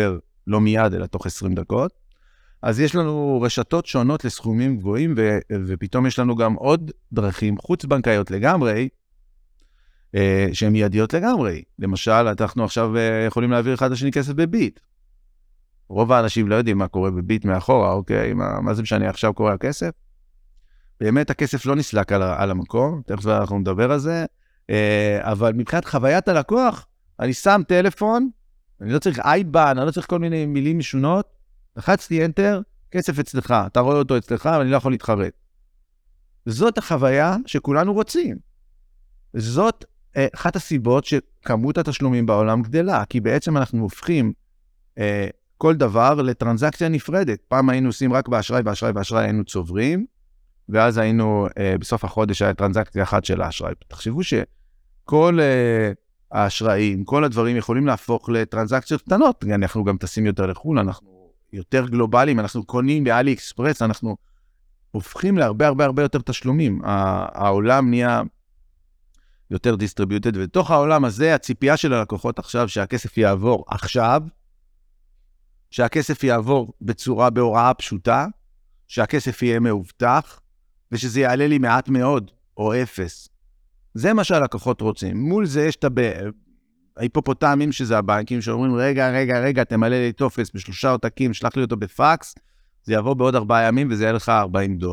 לא מיד, אלא תוך 20 דקות. אז יש לנו רשתות שונות לסכומים גבוהים, ופתאום יש לנו גם עוד דרכים חוץ-בנקאיות לגמרי, שהן מיידיות לגמרי. למשל, אנחנו עכשיו יכולים להעביר אחד לשני כסף בביט. רוב האנשים לא יודעים מה קורה בביט מאחורה, אוקיי? מה זה משנה עכשיו קורה הכסף? באמת הכסף לא נסלק על המקום, תכף אנחנו נדבר על זה, אבל מבחינת חוויית הלקוח, אני שם טלפון, אני לא צריך אייבן, אני לא צריך כל מיני מילים משונות, לחצתי Enter, כסף אצלך, אתה רואה אותו אצלך, אבל אני לא יכול להתחרט. וזאת החוויה שכולנו רוצים. וזאת אחת הסיבות שכמות התשלומים בעולם גדלה, כי בעצם אנחנו הופכים כל דבר לטרנזקציה נפרדת. פעם היינו עושים רק באשראי היינו צוברים, ואז היינו, בסוף החודש היה טרנזקציה אחת של האשראי. תחשבו שכל האשראים, כל הדברים יכולים להפוך לטרנזקציות קטנות. אנחנו גם טסים יותר לחו"ל, אנחנו יותר גלובליים, אנחנו קונים באלי אקספרס, אנחנו הופכים להרבה הרבה הרבה יותר תשלומים. העולם נהיה יותר דיסטריביוטד, ובתוך העולם הזה הציפייה של הלקוחות עכשיו שהכסף יעבור עכשיו, שהכסף יעבור בהוראה פשוטה, שהכסף יהיה מאובטח, ושזה יעלה לי מעט מאוד, או אפס. זה מה שהלקוחות רוצים. מול זה יש את ההיפופוטמים, שזה הבנקים, שאומרים, רגע, תמלא לי טופס ב3 עותקים, שלח לי אותו בפקס, זה יעבור בעוד 4 ימים, וזה יהיה לך $40.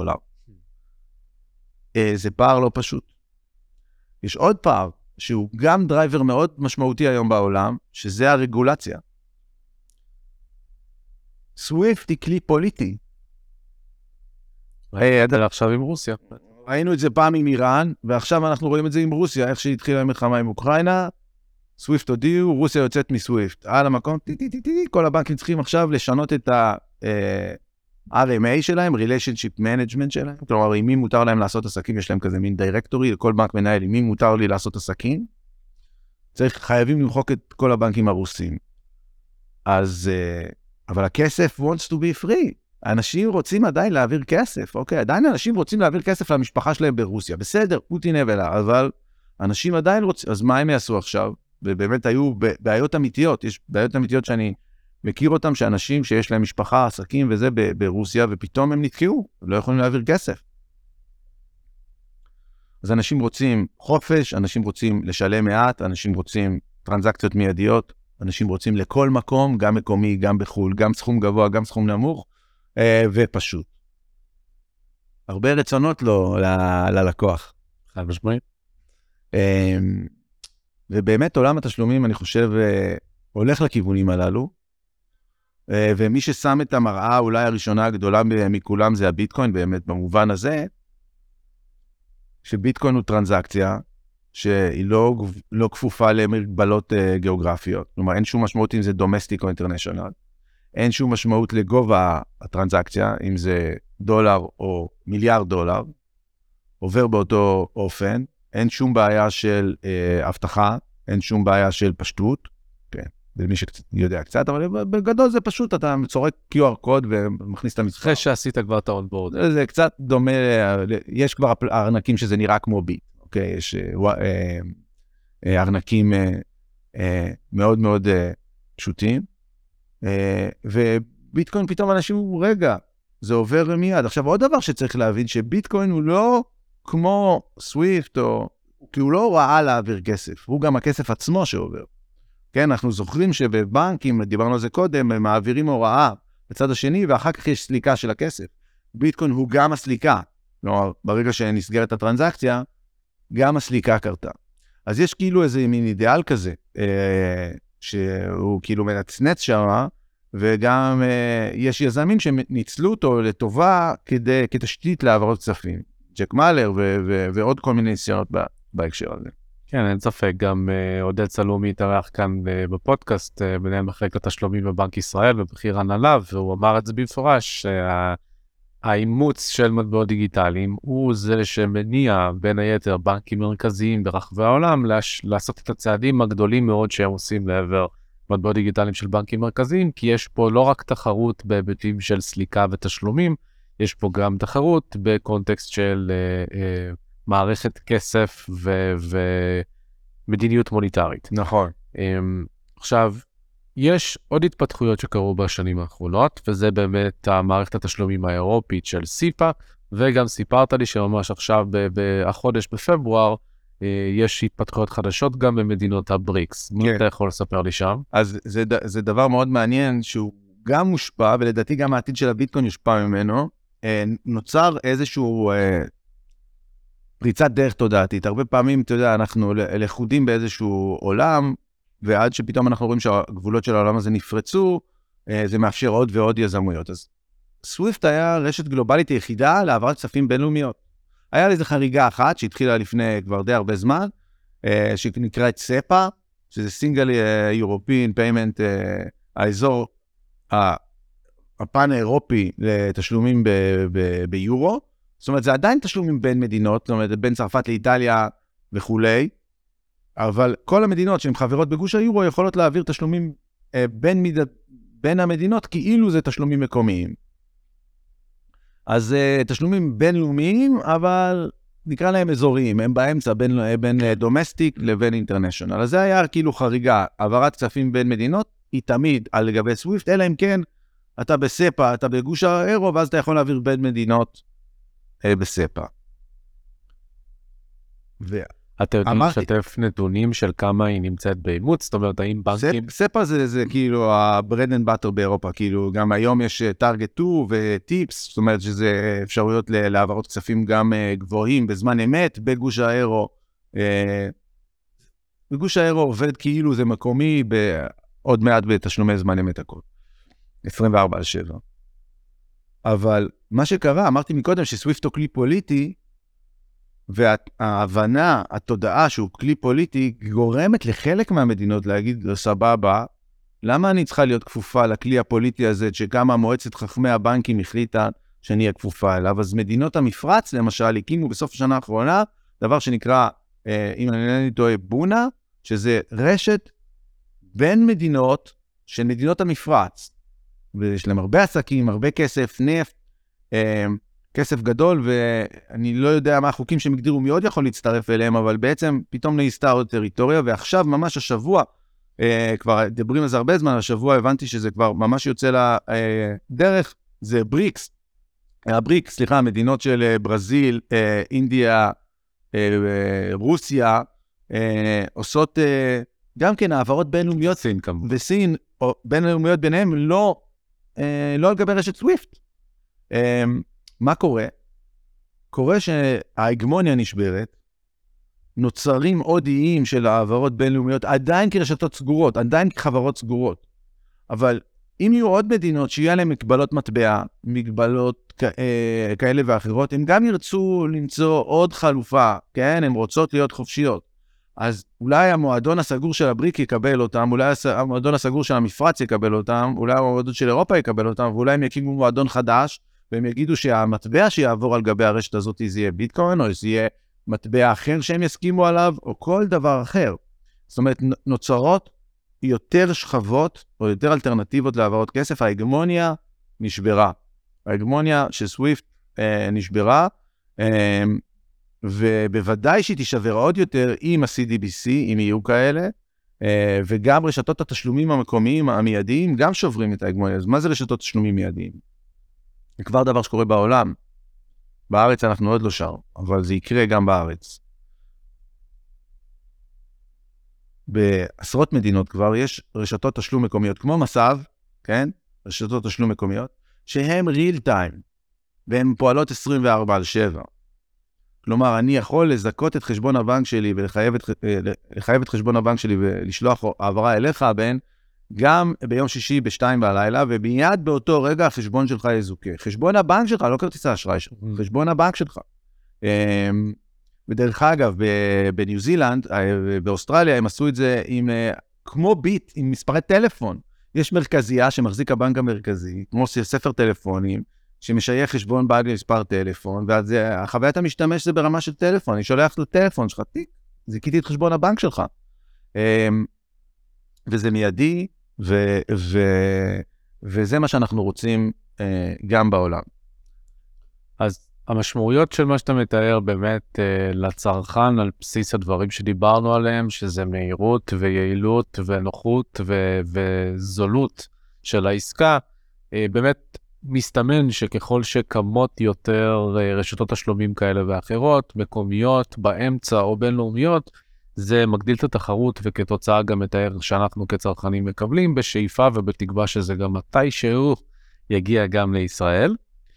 זה פער לא פשוט. יש עוד פער, שהוא גם דרייבר מאוד משמעותי היום בעולם, שזה הרגולציה. סוויפט היא כלי פוליטי. עכשיו עם רוסיה. ראינו את זה פעם עם איראן, ועכשיו אנחנו רואים את זה עם רוסיה, איך שהתחילה המלחמה עם אוקראינה, סוויפט הודיעו, רוסיה יוצאת מסוויפט. על המקום, כל הבנקים צריכים עכשיו לשנות את ה-RMA שלהם, Relationship Management שלהם, כלומר, עם מי מותר להם לעשות עסקים, יש להם כזה מין דירקטורי, לכל בנק מנהל, עם מי מותר לי לעשות עסקים, חייבים למחוק את כל הבנקים הרוסים. אז, אבל הכסף wants to be free. אנשים רוצים עדיין להעביר כסף, אוקיי? עדיין אנשים רוצים להעביר כסף למשפחה שלהם ברוסיה. בסדר, פוטין הבלה, אבל אנשים עדיין רוצים, אז מה הם יעשו עכשיו? ובאמת היו בעיות אמיתיות, יש בעיות אמיתיות שאני מכיר אותם, שאנשים שיש להם משפחה, עסקים וזה ברוסיה, ופתאום הם נתקעו, לא יכולים להעביר כסף. אז אנשים רוצים חופש, אנשים רוצים לשלם מעט, אנשים רוצים טרנזקציות מיידיות, אנשים רוצים לכל מקום, גם מקומי, גם בחול, גם סכום גבוה, גם סכום נמוך, ופשוט. הרבה רצונות לו ללקוח. חד משמעית. ובאמת עולם התשלומים, אני חושב, הולך לכיוונים הללו, ומי ששם את המראה, אולי הראשונה הגדולה מכולם, זה הביטקוין, באמת במובן הזה, שביטקוין הוא טרנזקציה, שהיא לא כפופה למגבלות גיאוגרפיות. כלומר, אין שום משמעות אם זה דומסטיק או אינטרנשיונל. אין שום משמעות לגובה הטרנזקציה, אם זה $1 או $1,000,000,000, עובר באותו אופן, אין שום בעיה של הבטחה, אין שום בעיה של פשטות, כן, זה מי שיודע קצת, אבל בגדול זה פשוט, אתה צורק QR קוד ומכניס את המספר. אחרי שעשית כבר את האונבורד. זה קצת דומה, יש כבר ארנקים שזה נראה כמו ביט, אוקיי, יש ארנקים מאוד מאוד פשוטים, וביטקוין פתאום אנשים אומרים, רגע, זה עובר מיד. עכשיו עוד דבר שצריך להבין, שביטקוין הוא לא כמו סוויפט, כי הוא לא הוראה להעביר כסף, הוא גם הכסף עצמו שעובר. כן, אנחנו זוכרים שבבנקים, דיברנו על זה קודם, הם מעבירים הוראה בצד השני, ואחר כך יש סליקה של הכסף. ביטקוין הוא גם הסליקה. כלומר, ברגע שנסגרת הטרנזקציה, גם הסליקה קרתה. אז יש כאילו איזה מין אידיאל כזה, שהוא כאילו מנצנץ שם, וגם יש יזמים שניצלו אותו לטובה כתשתית להעברות כספים. ג'ק מאלר ועוד כל מיני ניסיונות בהקשר הזה. כן, אין ספק, גם עודד סלומי התארח כאן בפודקאסט, מנהל מחלקת התשלומים בבנק ישראל ובכיר הנהלה, והוא אמר את זה במפורש, האימוץ של מטבעות דיגיטליים הוא זה שמניע בין היתר בנקים מרכזיים ברחבי העולם לעשות את הצעדים הגדולים מאוד שהם עושים לעבר מטבעות דיגיטליים של בנקים מרכזיים, כי יש פה לא רק תחרות בהיבטים של סליקה ותשלומים, יש פה גם תחרות בקונטקסט של מערכת כסף ומדיניות מוניטרית. נכון. עכשיו, יש עוד התפתחויות שקרו בשנים האחרונות, וזה באמת המערכת התשלומים האירופית של סיפה, וגם סיפרת לי שממש עכשיו החודש בפברואר, יש התפתחויות חדשות גם במדינות הבריקס. מה אתה יכול לספר לי שם? אז זה דבר מאוד מעניין, שהוא גם מושפע, ולדעתי גם העתיד של הביטקוין יושפע ממנו, נוצר איזשהו פריצת דרך תודעתית. הרבה פעמים, אתה יודע, אנחנו לכודים באיזשהו עולם, ועד שפתאום אנחנו רואים שהגבולות של העולם הזה נפרצו, זה מאפשר עוד ועוד יזמויות. אז סוויפט היה רשת גלובלית היחידה להעברת כספים בינלאומיות. היה לזה חריגה אחת שהתחילה לפני כבר די הרבה זמן, שנקראת ספה, שזה Single European Payment, האזור, הפן האירופי לתשלומים ביורו. זאת אומרת, זה עדיין תשלומים בין מדינות, זאת אומרת, בין צרפת לאיטליה וכולי, אבל כל המדינות שהן חברות בגוש היורו יכולות להעביר תשלומים בין המדינות, כאילו זה תשלומים מקומיים. אז תשלומים בינלאומיים, אבל נקרא להם אזוריים, הם באמצע בין דומסטיק לבין אינטרנשיונל. אז זה היה כאילו חריגה, העברת כספים בין מדינות, היא תמיד על לגבי סוויפט, אלא אם כן, אתה בספה, אתה בגוש האירו, ואז אתה יכול להעביר בין מדינות בספה. אתה יודעים לשתף נתונים של כמה היא נמצאת באימוץ? זאת אומרת, האם בנקים... ספה זה כאילו ה-bread and butter באירופה, כאילו גם היום יש target 2 וטיפס, זאת אומרת שזה אפשרויות להעברות כספים גם גבוהים בזמן אמת בגוש האירו. בגוש האירו עובד כאילו זה מקומי עוד מעט בתשלומי זמן אמת הכל. 24/7. אבל מה שקרה, אמרתי מקודם שסוויפט הוא כלי פוליטי, וההבנה, התודעה שהוא כלי פוליטי, גורמת לחלק מהמדינות להגיד, סבבה, למה אני צריכה להיות כפופה לכלי הפוליטי הזה, שכמה מועצת חכמי הבנקים החליטה שאני אהיה כפופה אליו? אז מדינות המפרץ, למשל, הקימו בסוף השנה האחרונה, דבר שנקרא, אם אני לא טועה, בונה, שזה רשת בין מדינות של מדינות המפרץ, ויש להם הרבה עסקים, הרבה כסף, נפט, כסף גדול, ואני לא יודע מה החוקים שהם הגדירו מי עוד יכול להצטרף אליהם, אבל בעצם פתאום נעשתה עוד טריטוריה, ועכשיו ממש השבוע, כבר דברים על זה הרבה זמן, השבוע הבנתי שזה כבר ממש יוצא לדרך, זה בריקס, מדינות של ברזיל, אינדיה, רוסיה, עושות גם כן העברות בינלאומיות, וסין, בינלאומיות ביניהם, לא לגבי רשת סוויפט. מה קורה? קורה שההגמוניה נשברת, נוצרים עוד איים של העברות בינלאומיות, עדיין כרשתות סגורות, עדיין כחברות סגורות. אבל אם יהיו עוד מדינות שיהיה להם מגבלות מטבע, מגבלות כאלה ואחרות, הם גם ירצו למצוא עוד חלופה, כן? הם רוצות להיות חופשיות. אז אולי המועדון הסגור של הבריק יקבל אותם, אולי המועדון הסגור של המפרץ יקבל אותם, אולי המועדון של אירופה יקבל אותם, ואולי הם יקימו מועדון חדש, והם יגידו שהמטבע שיעבור על גבי הרשת הזאת זה יהיה ביטקוין, או זה יהיה מטבע אחר שהם יסכימו עליו, או כל דבר אחר. זאת אומרת, נוצרות יותר שכבות, או יותר אלטרנטיבות להעברות כסף, ההגמוניה נשברה. ההגמוניה של סוויפט נשברה, ובוודאי שהיא תישבר עוד יותר עם ה-CDBC, אם יהיו כאלה, וגם רשתות התשלומים המקומיים המיידיים גם שוברים את ההגמוניה. אז מה זה רשתות תשלומים מיידיים? זה כבר דבר שקורה בעולם. בארץ אנחנו עוד לא שר, אבל זה יקרה גם בארץ. בעשרות מדינות כבר יש רשתות תשלום מקומיות, כמו מסב, כן? רשתות תשלום מקומיות, שהן real time, והן פועלות 24/7. כלומר, אני יכול לזכות את חשבון הבנק שלי, ולחייב את חשבון הבנק שלי, ולשלוח העברה אליך, גם ביום שישי ב-2 בלילה, ומיד באותו רגע החשבון שלך יזוכה. חשבון הבנק שלך, לא כרטיס האשראי שלך, חשבון הבנק שלך. בדרך אגב, בניו זילנד, באוסטרליה, הם עשו את זה כמו ביט, עם מספרי טלפון. יש מרכזייה שמחזיק הבנק המרכזי, כמו ספר טלפונים, שמשייך חשבון בנק למספר טלפון, ואז החוויית המשתמש זה ברמה של טלפון, אני שולח לטלפון שלך, זיכיתי את חשבון הבנק שלך. וזה מיידי, וזה מה שאנחנו רוצים גם בעולם. אז המשמעויות של מה שאתה מתאר באמת לצרכן על בסיס הדברים שדיברנו עליהם, שזה מהירות ויעילות ונוחות וזולות של העסקה, באמת מסתמן שככל שקמות יותר רשתות תשלומים כאלה ואחרות, מקומיות, באמצע או בינלאומיות, זה מגדיל את התחרות וכתוצאה גם את הערך שאנחנו כצרכנים מקבלים, בשאיפה ובתקווה שזה גם מתישהו יגיע גם לישראל.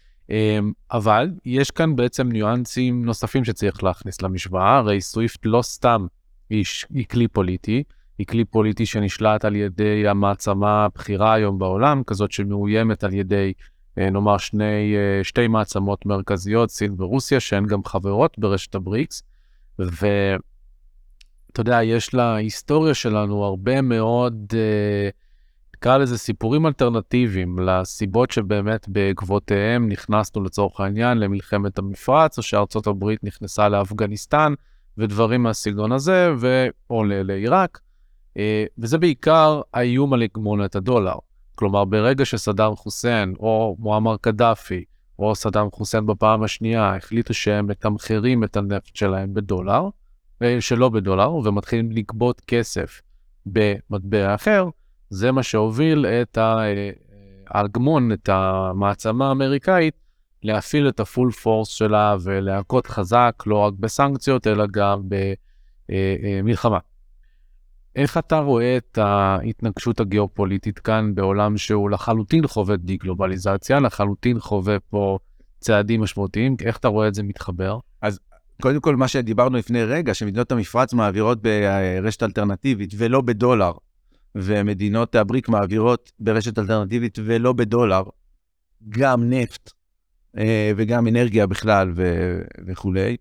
אבל יש כאן בעצם ניואנסים נוספים שצריך להכניס למשוואה, הרי סוויפט לא סתם היא כלי פוליטי, היא כלי פוליטי שנשלט על ידי המעצמה הבכירה היום בעולם, כזאת שמאוימת על ידי, נאמר, שתי מעצמות מרכזיות, סין ורוסיה, שהן גם חברות ברשת הבריקס, ואתה יודע, יש להיסטוריה שלנו הרבה מאוד, נקרא לזה סיפורים אלטרנטיביים, לסיבות שבאמת בעקבותיהם נכנסנו לצורך העניין למלחמת המפרץ, או שארצות הברית נכנסה לאפגניסטן, ודברים מהסגנון הזה, או לעיראק, וזה בעיקר האיום על הגמונת הדולר. כלומר, ברגע שסדאם חוסיין, או מועמר קדאפי, או סדאם חוסיין בפעם השנייה, החליטו שהם מתמחרים את הנפט שלהם בדולר, שלא בדולר, ומתחילים לגבות כסף במטבע אחר, זה מה שהוביל את ההגמון, את המעצמה האמריקאית, להפעיל את הפול פורס שלה ולהכות חזק, לא רק בסנקציות, אלא גם במלחמה. איך אתה רואה את ההתנגשות הגיאופוליטית כאן בעולם שהוא לחלוטין חווה די-גלובליזציה, לחלוטין חווה פה צעדים משמעותיים, איך אתה רואה את זה מתחבר? אז קודם כל מה שדיברנו לפני רגע, שמדינות המפרץ מעבירות ברשת אלטרנטיבית ולא בדולר, ומדינות הבריק מעבירות ברשת אלטרנטיבית ולא בדולר, גם נפט וגם אנרגיה בכלל וכולי.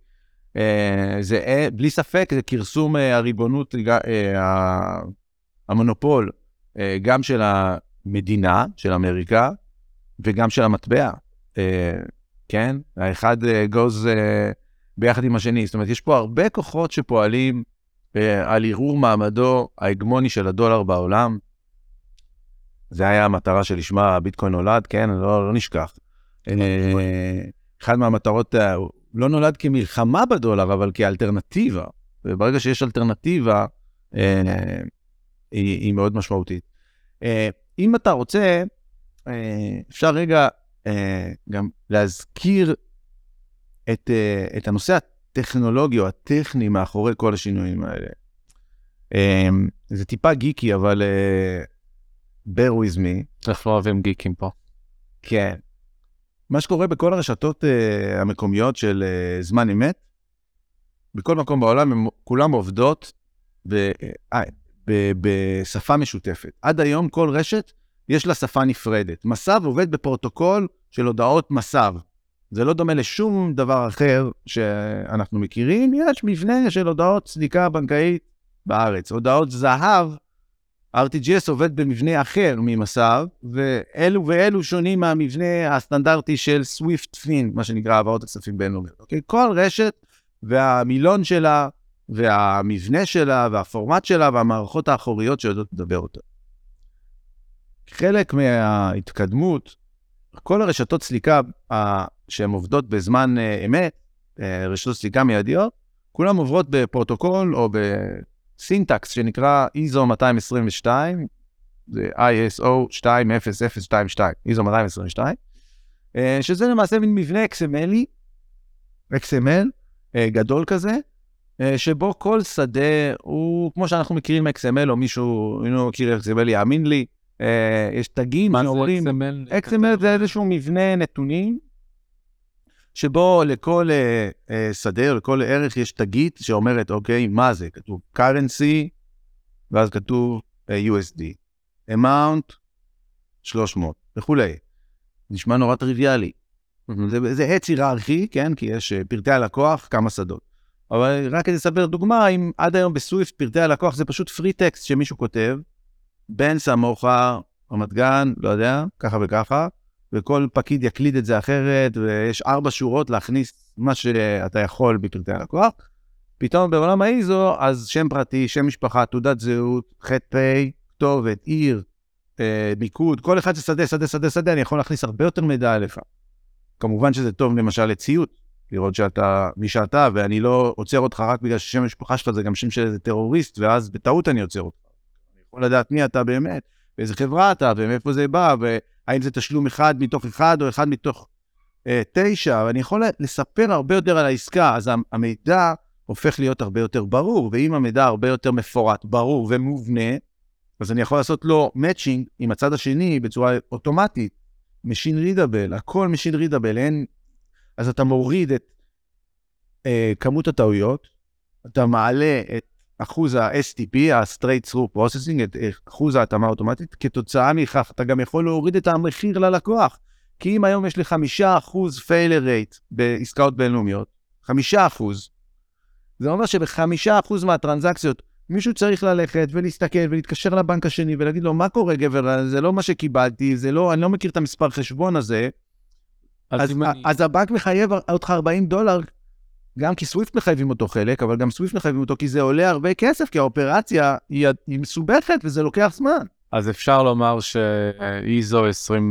זה בלי ספק, זה כרסום הריבונות, המונופול, גם של המדינה, של אמריקה, וגם של המטבע. כן? האחד גוז ביחד עם השני. זאת אומרת, יש פה הרבה כוחות שפועלים על ערעור מעמדו ההגמוני של הדולר בעולם. זה היה המטרה שלשמה הביטקוין נולד, כן? לא נשכח. אחד מהמטרות, לא נולד כמלחמה בדולר, אבל כאלטרנטיבה. וברגע שיש אלטרנטיבה, היא מאוד משמעותית. אם אתה רוצה, אפשר רגע גם להזכיר את הנושא הטכנולוגי או הטכני מאחורי כל השינויים האלה. זה טיפה גיקי, אבל bear with me. אנחנו אוהבים גיקים פה. כן. מה שקורה בכל הרשתות המקומיות של זמן אמת, בכל מקום בעולם, הם כולם עובדות בשפה משותפת. עד היום כל רשת יש לה שפה נפרדת. מסב עובד בפרוטוקול של הודעות מסב. זה לא דומה לשום דבר אחר שאנחנו מכירים. יש מבנה של הודעות סליקה בנקאית בארץ. הודעות זהב, RTGS עובד במבנה אחר ממסב, ואלו שונים מהמבנה הסטנדרטי של סוויפט פין, מה שנקרא העברות הכספים בינלאומיות. אוקיי? כל רשת והמילון שלה, והמבנה שלה, והפורמט שלה, והמערכות האחוריות שיודעות לדבר אותה. חלק מההתקדמות, כל הרשתות סליקה שהן עובדות בזמן אמת, רשתות סליקה מיידיות, כולן עוברות בפרוטוקול או בסינטקס שנקרא ISO 222, זה ISO 20022, ISO 222, שזה למעשה מין מבנה XML גדול כזה, שבו כל שדה הוא, כמו שאנחנו מכירים XML, או מישהו אינו מכיר XML יאמין לי, יש תגים שאומרים, XML זה איזשהו מבנה נתונים, שבו לכל שדה או לכל ערך יש תגית שאומרת, אוקיי, מה זה? כתוב currency, ואז כתוב USD, amount 300 וכולי. נשמע נורא טריוויאלי. זה עץ היררכי, כן? כי יש פרטי הלקוח, כמה שדות. אבל רק כדי לספר דוגמה, אם עד היום בסוויפט פרטי הלקוח זה פשוט free text שמישהו כותב, בן סמוך, רמת גן, לא יודע, ככה וככה, וכל פקיד יקליד את זה אחרת, ויש 4 שורות להכניס מה שאתה יכול בפרטי הלקוח. פתאום בעולם האיזו, אז שם פרטי, שם משפחה, תעודת זהות, ח"פ, כתובת, עיר, מיקוד, כל אחד זה שדה, אני יכול להכניס הרבה יותר מידע עליך. כמובן שזה טוב למשל לציות, לראות שאתה, מי שאתה, ואני לא עוצר אותך רק בגלל ששם המשפחה שלך זה גם שם של איזה טרוריסט, ואז בטעות אני עוצר אותך. אני יכול לדעת מי אתה באמת, באיזה חברה אתה, ומאיפה זה בא, והאם זה תשלום אחד מתוך אחד, או אחד מתוך 9, ואני יכול לספר הרבה יותר על העסקה, אז המידע הופך להיות הרבה יותר ברור, ואם המידע הרבה יותר מפורט, ברור ומובנה, אז אני יכול לעשות לו matching עם הצד השני בצורה אוטומטית, machine readable, הכל machine readable, אז אתה מוריד את כמות הטעויות, אתה מעלה את אחוז ה-STP, ה-Straight Through Processing, את אחוז ההתאמה האוטומטית, כתוצאה מכך אתה גם יכול להוריד את המחיר ללקוח, כי אם היום יש לי 5% failure rate בעסקאות בינלאומיות, 5%, זה אומר שב5% מהטרנזקציות, מישהו צריך ללכת ולהסתכל ולהתקשר לבנק השני ולהגיד לו, מה קורה גבר, זה לא מה שקיבלתי, זה לא, אני לא מכיר את המספר חשבון הזה, אז הבנק מחייב אותך $40, גם כי סוויפט מחייבים אותו חלק, אבל גם סוויפט מחייבים אותו כי זה עולה הרבה כסף, כי האופרציה היא מסובכת וזה לוקח זמן. אז אפשר לומר שאיזו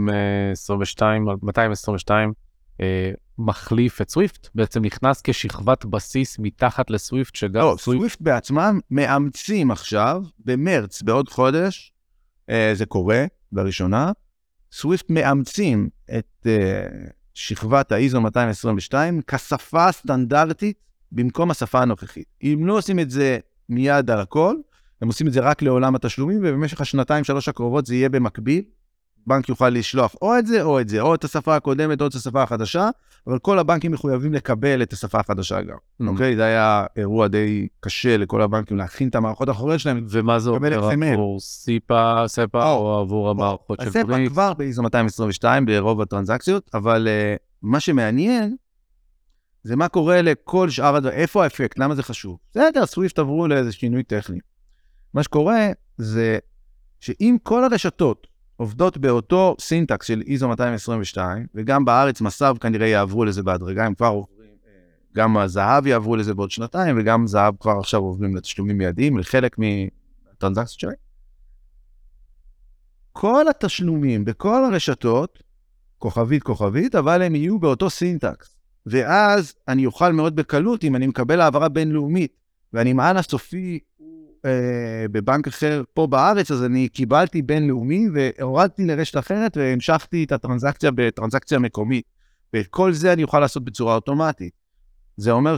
222 מחליף את סוויפט, בעצם נכנס כשכבת בסיס מתחת לסוויפט, שגם לא, סוויפט בעצמם מאמצים עכשיו, במרץ, בעוד חודש, זה קורה בראשונה, סוויפט מאמצים את שכבת האיזו 222 כשפה סטנדרטית במקום השפה הנוכחית. אם לא עושים את זה מיד על הכל, הם עושים את זה רק לעולם התשלומים, ובמשך 2-3 הקרובות זה יהיה במקביל, בנק יוכל לשלוח או את זה, או את זה, או את השפה הקודמת, או את השפה החדשה, אבל כל הבנקים מחויבים לקבל את השפה החדשה גם. אוקיי? זה היה אירוע די קשה לכל הבנקים להכין את המערכות האחוריות שלהם. ומה זה אומר עבור ספה או עבור המערכות של ספה כבר באיזו 222 ברוב הטרנזקציות, אבל מה שמעניין זה מה קורה לכל שאר הדברים, איפה האפקט, למה זה חשוב? בסדר, סוויפט עברו לאיזה שינוי טכני. מה שקורה זה שאם כל הרשתות עובדות באותו סינטקס של איזו 222, וגם בארץ מסב כנראה יעברו לזה בהדרגה, הם כבר עוברים, גם הזהב יעברו לזה בעוד 2, וגם זהב כבר עכשיו עוברים לתשלומים מיידיים, לחלק מהטרנזקציות שלהם. כל התשלומים בכל הרשתות, כוכבית, אבל הם יהיו באותו סינטקס. ואז אני אוכל מאוד בקלות, אם אני מקבל העברה בינלאומית, ואני מען הסופי בבנק אחר פה בארץ, אז אני קיבלתי בינלאומי והורדתי לרשת אחרת והמשכתי את הטרנזקציה בטרנזקציה מקומית. ואת כל זה אני אוכל לעשות בצורה אוטומטית. זה אומר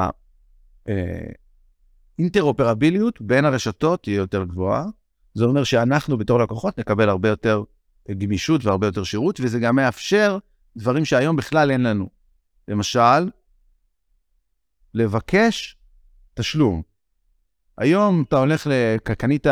שהאינטרופרביליות בין הרשתות תהיה יותר גבוהה. זה אומר שאנחנו בתור לקוחות נקבל הרבה יותר גמישות והרבה יותר שירות, וזה גם מאפשר דברים שהיום בכלל אין לנו. למשל, לבקש תשלום. היום אתה הולך קנית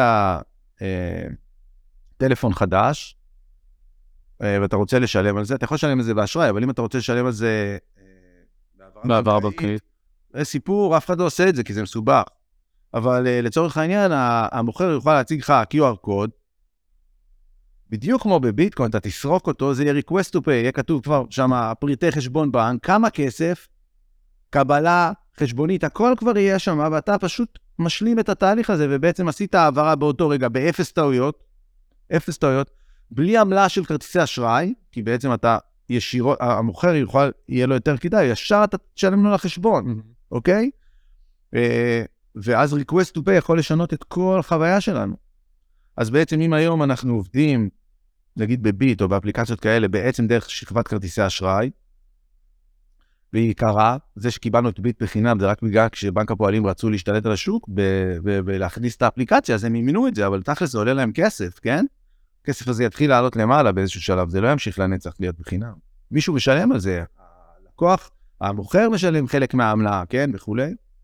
טלפון חדש, ואתה רוצה לשלם על זה, אתה יכול לשלם על זה באשראי, אבל אם אתה רוצה לשלם על זה בעבר בנקאית, זה סיפור, אף אחד לא עושה את זה, כי זה מסובך. אבל לצורך העניין, המוכר יוכל להציג לך QR קוד, בדיוק כמו בביטקוין, אתה תסרוק אותו, זה יהיה request to pay, יהיה כתוב כבר שם פריטי חשבון בנק, כמה כסף, קבלה, חשבונית, הכל כבר יהיה שם, ואתה פשוט משלים את התהליך הזה, ובעצם עשית העברה באותו רגע, באפס טעויות, בלי עמלה של כרטיסי אשראי, כי בעצם אתה ישירות, המוכר יהיה לו יותר כדאי, ישר אתה תשלם לו לחשבון, אוקיי? ואז request to pay יכול לשנות את כל החוויה שלנו. אז בעצם אם היום אנחנו עובדים, נגיד בביט או באפליקציות כאלה, בעצם דרך שכבת כרטיסי אשראי, והיא קרה, זה שקיבלנו את ביט בחינם, זה רק בגלל כשבנק הפועלים רצו להשתלט על השוק, ולהכניס את האפליקציה, אז הם ימינו את זה, אבל תכלס זה עולה להם כסף, כן? הכסף הזה יתחיל לעלות למעלה באיזשהו שלב, זה לא ימשיך לנצח להיות בחינם. מישהו משלם על זה, הלקוח, המוכר משלם חלק מהעמלה, כן? וכו'.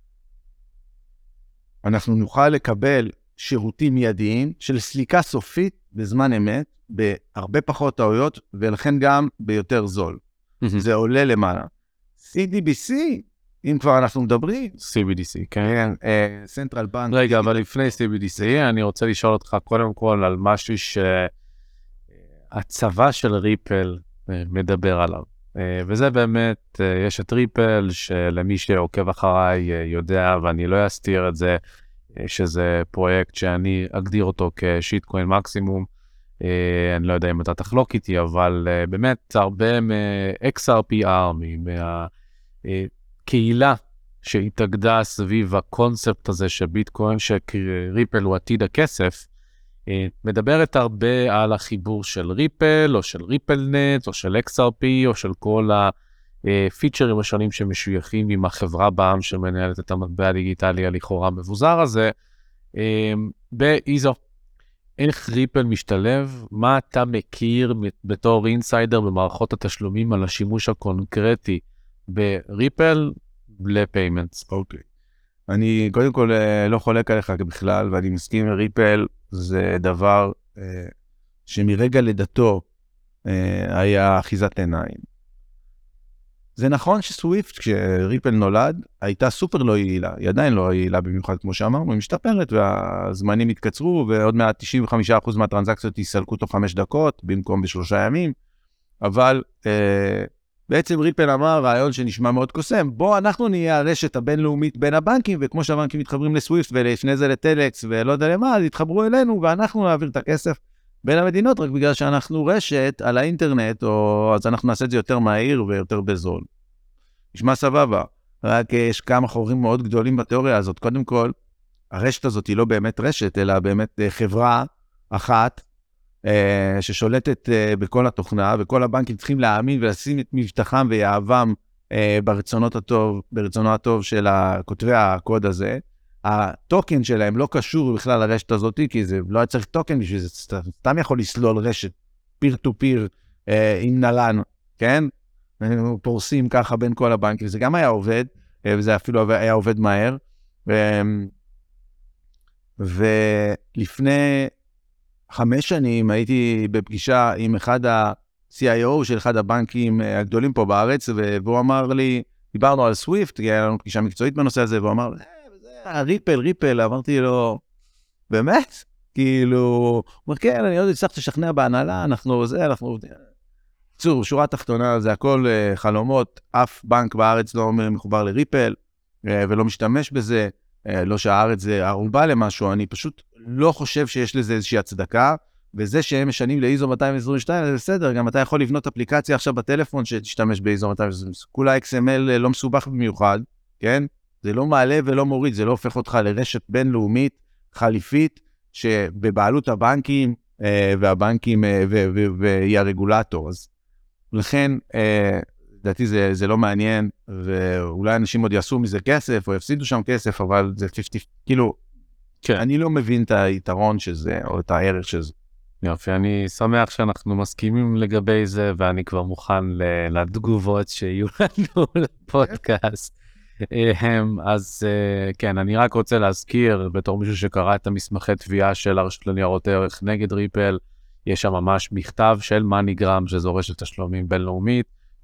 אנחנו נוכל לקבל שירותים מיידיים של סליקה סופית בזמן אמת, בהרבה פחות טעויות, ולכן גם ביותר זול. זה עולה למעלה. CDBC, אם כבר אנחנו מדברים. CBDC, כן. Central Bank. רגע, אבל לפני CBDC, אני רוצה לשאול אותך קודם כל על משהו שהצבא של ריפל מדבר עליו. וזה באמת, יש את ריפל, שלמי שעוקב אחריי יודע, ואני לא אסתיר את זה, שזה פרויקט שאני אגדיר אותו כשיטקוין מקסימום. אני לא יודע אם אתה תחלוק איתי, אבל באמת הרבה מ-XRPR, הקהילה שהתאגדה סביב הקונספט הזה שביטקוין, שריפל הוא עתיד הכסף, מדברת הרבה על החיבור של ריפל, או של ריפלנט, או של XRP, או של כל הפיצ'רים השונים שמשויכים עם החברה בעם שמנהלת את המטבע הדיגיטלי הלכאורה מבוזר הזה, באיזו. איך ריפל משתלב? מה אתה מכיר בתור אינסיידר במערכות התשלומים על השימוש הקונקרטי בריפל לפיימנטס? אוקיי. אני קודם כל לא חולק עליך בכלל, ואני מסכים עם ריפל, זה דבר שמרגע לידתו היה אחיזת עיניים. זה נכון שסוויפט, כשריפל נולד, הייתה סופר לא יעילה. היא עדיין לא יעילה במיוחד, כמו שאמרנו, היא משתפרת, והזמנים התקצרו, ועוד מעט 95% מהטרנזקציות יסלקו תוך 5 דקות, במקום ב3 ימים. אבל בעצם ריפל אמר, רעיון שנשמע מאוד קוסם, בוא אנחנו נהיה הרשת הבינלאומית בין הבנקים, וכמו שהבנקים מתחברים לסוויפט, ולפני זה לטלקס, ולא יודע למה, אז יתחברו אלינו, ואנחנו נעביר את הכסף בין המדינות, רק בגלל שאנחנו רשת על האינטרנט, אז אנחנו נעשה את זה יותר מהיר ויותר בזול. נשמע סבבה, רק יש כמה חורים מאוד גדולים בתיאוריה הזאת. קודם כל, הרשת הזאת היא לא באמת רשת, אלא באמת חברה אחת, ששולטת בכל התוכנה, וכל הבנקים צריכים להאמין ולשים את מבטחם ויאהבם ברצונו הטוב של כותבי הקוד הזה. הטוקן שלהם לא קשור בכלל לרשת הזאת, כי זה לא היה צריך טוקן בשביל זה, סתם יכול לסלול רשת פיר טו פיר עם נלן, כן? פורסים ככה בין כל הבנקים, וזה גם היה עובד, וזה אפילו היה עובד מהר. ולפני 5 שנים הייתי בפגישה עם אחד ה-CIO של אחד הבנקים הגדולים פה בארץ, והוא אמר לי, דיברנו על סוויפט, היה לנו פגישה מקצועית בנושא הזה, והוא אמר, ריפל, אמרתי לו, באמת? כאילו, הוא אומר, כן, אני עוד הצלחתי לשכנע בהנהלה, אנחנו, צור, שורה תחתונה, זה הכל חלומות, אף בנק בארץ לא אומר מחובר לריפל, ולא משתמש בזה, לא שהארץ זה ערובה למשהו, אני פשוט לא חושב שיש לזה איזושהי הצדקה, וזה שהם משנים לאיזו 222, זה בסדר, גם אתה יכול לבנות אפליקציה עכשיו בטלפון שתשתמש באיזו 222, כולה XML לא מסובך במיוחד, כן? זה לא מעלה ולא מוריד, זה לא הופך אותך לרשת בינלאומית, חליפית, שבבעלות הבנקים, והבנקים, והיא הרגולטור. אז לכן, לדעתי זה לא מעניין, ואולי אנשים עוד יעשו מזה כסף, או יפסידו שם כסף, אבל זה 50, כאילו, כן. אני לא מבין את היתרון שזה, או את הערך שזה. יופי, אני שמח שאנחנו מסכימים לגבי זה, ואני כבר מוכן לתגובות שיהיו לנו לפודקאסט. אז כן, אני רק רוצה להזכיר, בתור מישהו שקרא את המסמכי תביעה של הרשות לניירות ערך נגד ריפל, יש שם ממש מכתב של מניגרם, שזו רשת תשלומים בינלאומית,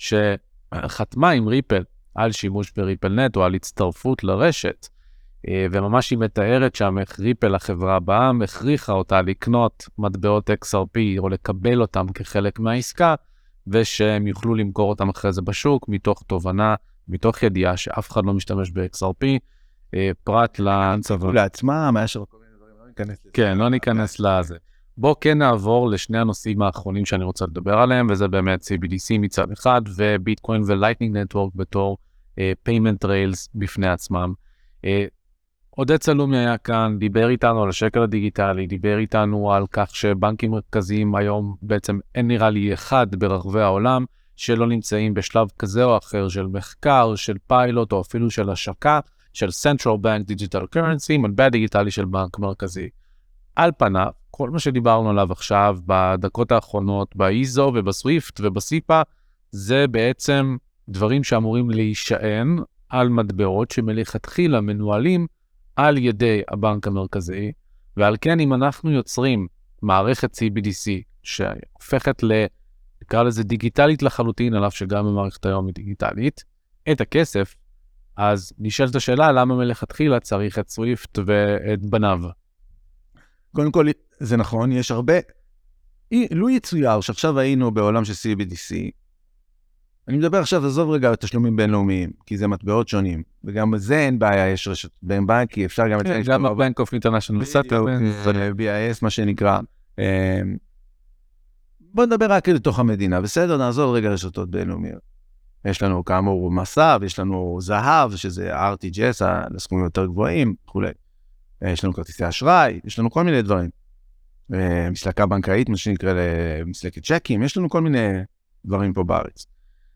שחתמה עם ריפל על שימוש בריפלנט, או על הצטרפות לרשת, וממש היא מתארת שם איך ריפל, החברה בעם, הכריחה אותה לקנות מטבעות XRP, או לקבל אותם כחלק מהעסקה, ושהם יוכלו למכור אותם אחרי זה בשוק, מתוך תובנה, מתוך ידיעה שאף אחד לא משתמש ב-XRP, פרט לעצמם, היה שם כל מיני דברים, לא ניכנס לזה. כן, לא ניכנס לזה. בוא כן נעבור לשני הנושאים האחרונים שאני רוצה לדבר עליהם, וזה באמת CBDC מצד אחד, וביטקוין ולייטנינג נטוורק בתור payment rails בפני עצמם. עודד צלומי היה כאן, דיבר איתנו על השקל הדיגיטלי, דיבר איתנו על כך שבנקים מרכזיים היום בעצם אין נראה לי אחד ברחבי העולם, שלא נמצאים בשלב כזה או אחר של מחקר, של פיילוט או אפילו של השקה, של Central Bank Digital Currency, מטבע דיגיטלי של בנק מרכזי. על פניו, כל מה שדיברנו עליו עכשיו בדקות האחרונות, באיזו ובסוויפט ובסיפה, זה בעצם דברים שאמורים להישען על מטבעות שמלכתחילה מנוהלים על ידי הבנק המרכזי, ועל כן אם אנחנו יוצרים מערכת CBDC שהופכת נקרא לזה דיגיטלית לחלוטין, על אף שגם המערכת היום היא דיגיטלית, את הכסף, אז נשאלת השאלה למה מלכתחילה צריך את סוויפט ואת בניו. קודם כל, זה נכון, יש הרבה, לא יצויר שעכשיו היינו בעולם של CBDC, אני מדבר עכשיו, עזוב רגע על תשלומים בינלאומיים, כי זה מטבעות שונים, וגם בזה אין בעיה, יש רשת בין בנקי, אפשר גם... גם ה-Bank of International Settlements, BIS, מה שנקרא. בוא נדבר רק לתוך המדינה, בסדר, נעזור רגע רשתות בינלאומיות. יש לנו כאמור מסע, ויש לנו זהב, שזה RTGS, לסכומים יותר גבוהים, וכו'. יש לנו כרטיסי אשראי, יש לנו כל מיני דברים. מסלקה בנקאית, מה שנקרא למסלקת צ'קים, יש לנו כל מיני דברים פה בארץ.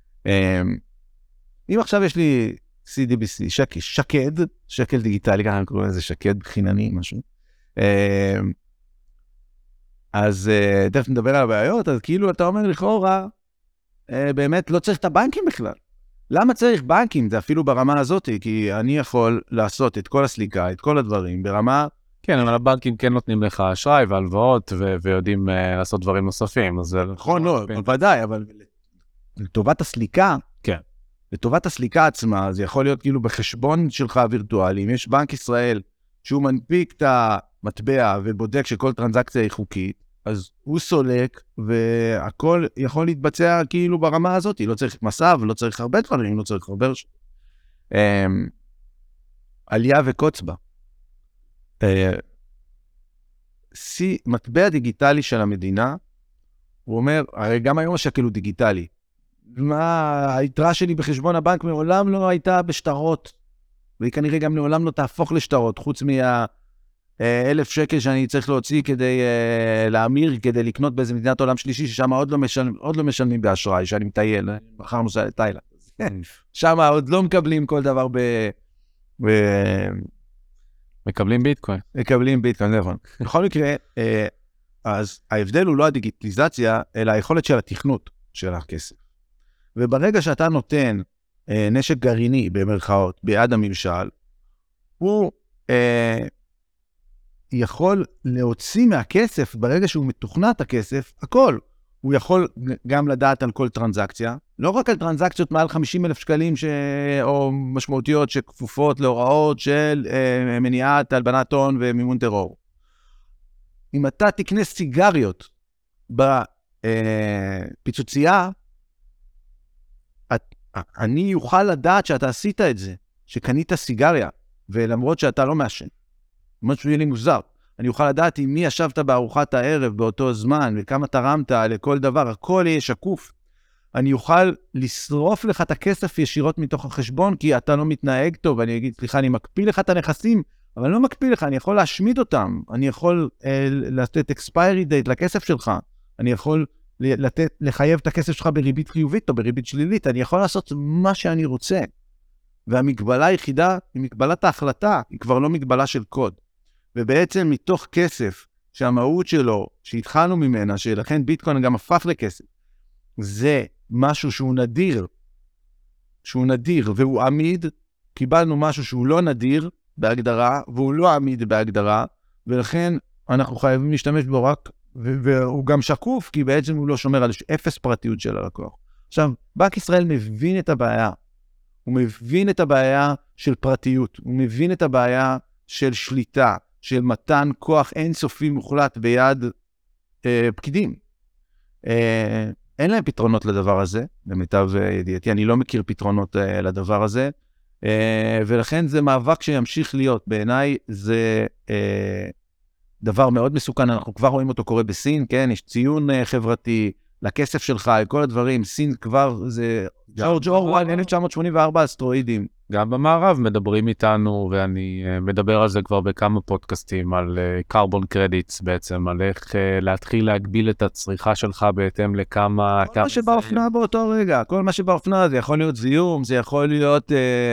אם עכשיו יש לי CDBC, שקל דיגיטלי, ככה קוראים לזה שקד חינני, משהו. אז תכף נדבר על הבעיות, אז כאילו אתה אומר לכאורה, באמת לא צריך את הבנקים בכלל. למה צריך בנקים? זה אפילו ברמה הזאת, כי אני יכול לעשות את כל הסליקה, את כל הדברים, ברמה... כן, אבל הבנקים כן נותנים לך אשראי והלוואות, ויודעים לעשות דברים נוספים, אז... נכון, לא, ודאי, אבל לטובת הסליקה, כן. לטובת הסליקה עצמה, זה יכול להיות כאילו בחשבון שלך הווירטואלי, אם יש בנק ישראל, שהוא מנפיק את המטבע ובודק שכל טרנזקציה היא חוקית, אז הוא סולק, והכל יכול להתבצע כאילו ברמה הזאת, לא צריך מסב, לא צריך הרבה דברים, לא צריך הרבה... עלייה וקוצבה. מטבע דיגיטלי של המדינה, הוא אומר, הרי גם היום השקל הוא דיגיטלי. היתרה שלי בחשבון הבנק מעולם לא הייתה בשטרות, והיא כנראה גם לעולם לא תהפוך לשטרות, חוץ $1,000 שאני צריך להוציא כדי להמיר, כדי לקנות באיזה מדינת עולם שלישי, ששם עוד לא משלמים באשראי, שאני מטייל, מחר נוסע לתאילנד. שם עוד לא מקבלים כל דבר מקבלים ביטקוין. מקבלים ביטקוין, נכון. בכל מקרה, אז ההבדל הוא לא הדיגיטליזציה, אלא היכולת של התכנות של הכסף. וברגע שאתה נותן נשק גרעיני, במרכאות, ביד הממשל, הוא יכול להוציא מהכסף, ברגע שהוא מתוכנת הכסף, הכל. הוא יכול גם לדעת על כל טרנזקציה, לא רק על טרנזקציות מעל 50,000 שקלים או משמעותיות שכפופות להוראות של מניעת הלבנת הון ומימון טרור. אם אתה תקנה סיגריות בפיצוצייה, אני אוכל לדעת שאתה עשית את זה, שקנית סיגריה, ולמרות שאתה לא מעשן. משהו יהיה לי מוזר. אני אוכל לדעת עם מי ישבת בארוחת הערב באותו זמן, וכמה תרמת לכל דבר, הכל יהיה שקוף. אני אוכל לשרוף לך את הכסף ישירות מתוך החשבון, כי אתה לא מתנהג טוב, ואני אגיד, סליחה, אני מקפיא לך את הנכסים, אבל אני לא מקפיא לך, אני יכול להשמיד אותם, אני יכול לתת expiry date לכסף שלך, אני יכול לחייב את הכסף שלך בריבית חיובית או בריבית שלילית, אני יכול לעשות מה שאני רוצה. והמגבלה היחידה היא מגבלת ההחלטה, היא כבר לא מגבלה של קוד. ובעצם מתוך כסף, שהמהות שלו, שהתחלנו ממנה, שלכן ביטקוין גם הפך לכסף, זה משהו שהוא נדיר והוא עמיד, קיבלנו משהו שהוא לא נדיר בהגדרה, והוא לא עמיד בהגדרה, ולכן אנחנו חייבים להשתמש בו רק, והוא גם שקוף, כי בעצם הוא לא שומר על אפס פרטיות של הלקוח. עכשיו, בנק ישראל מבין את הבעיה, הוא מבין את הבעיה של פרטיות, הוא מבין את הבעיה של שליטה, של מתן כוח אינסופי מוחלט ביד פקידים. אין להם פתרונות לדבר הזה, למיטב ידיעתי, אני לא מכיר פתרונות לדבר הזה, ולכן זה מאבק שימשיך להיות. בעיניי זה דבר מאוד מסוכן, אנחנו כבר רואים אותו קורה בסין, כן? יש ציון חברתי לכסף שלך, כל הדברים, סין כבר זה... ג'ורג' אורוול, 1984 אסטרואידים. גם במערב מדברים איתנו, ואני מדבר על זה כבר בכמה פודקאסטים, על קרבון קרדיטס בעצם, על איך להתחיל להגביל את הצריכה שלך בהתאם לכמה... כל מה שבאופנה באותו רגע, כל מה שבאופנה, זה יכול להיות זיהום, זה יכול להיות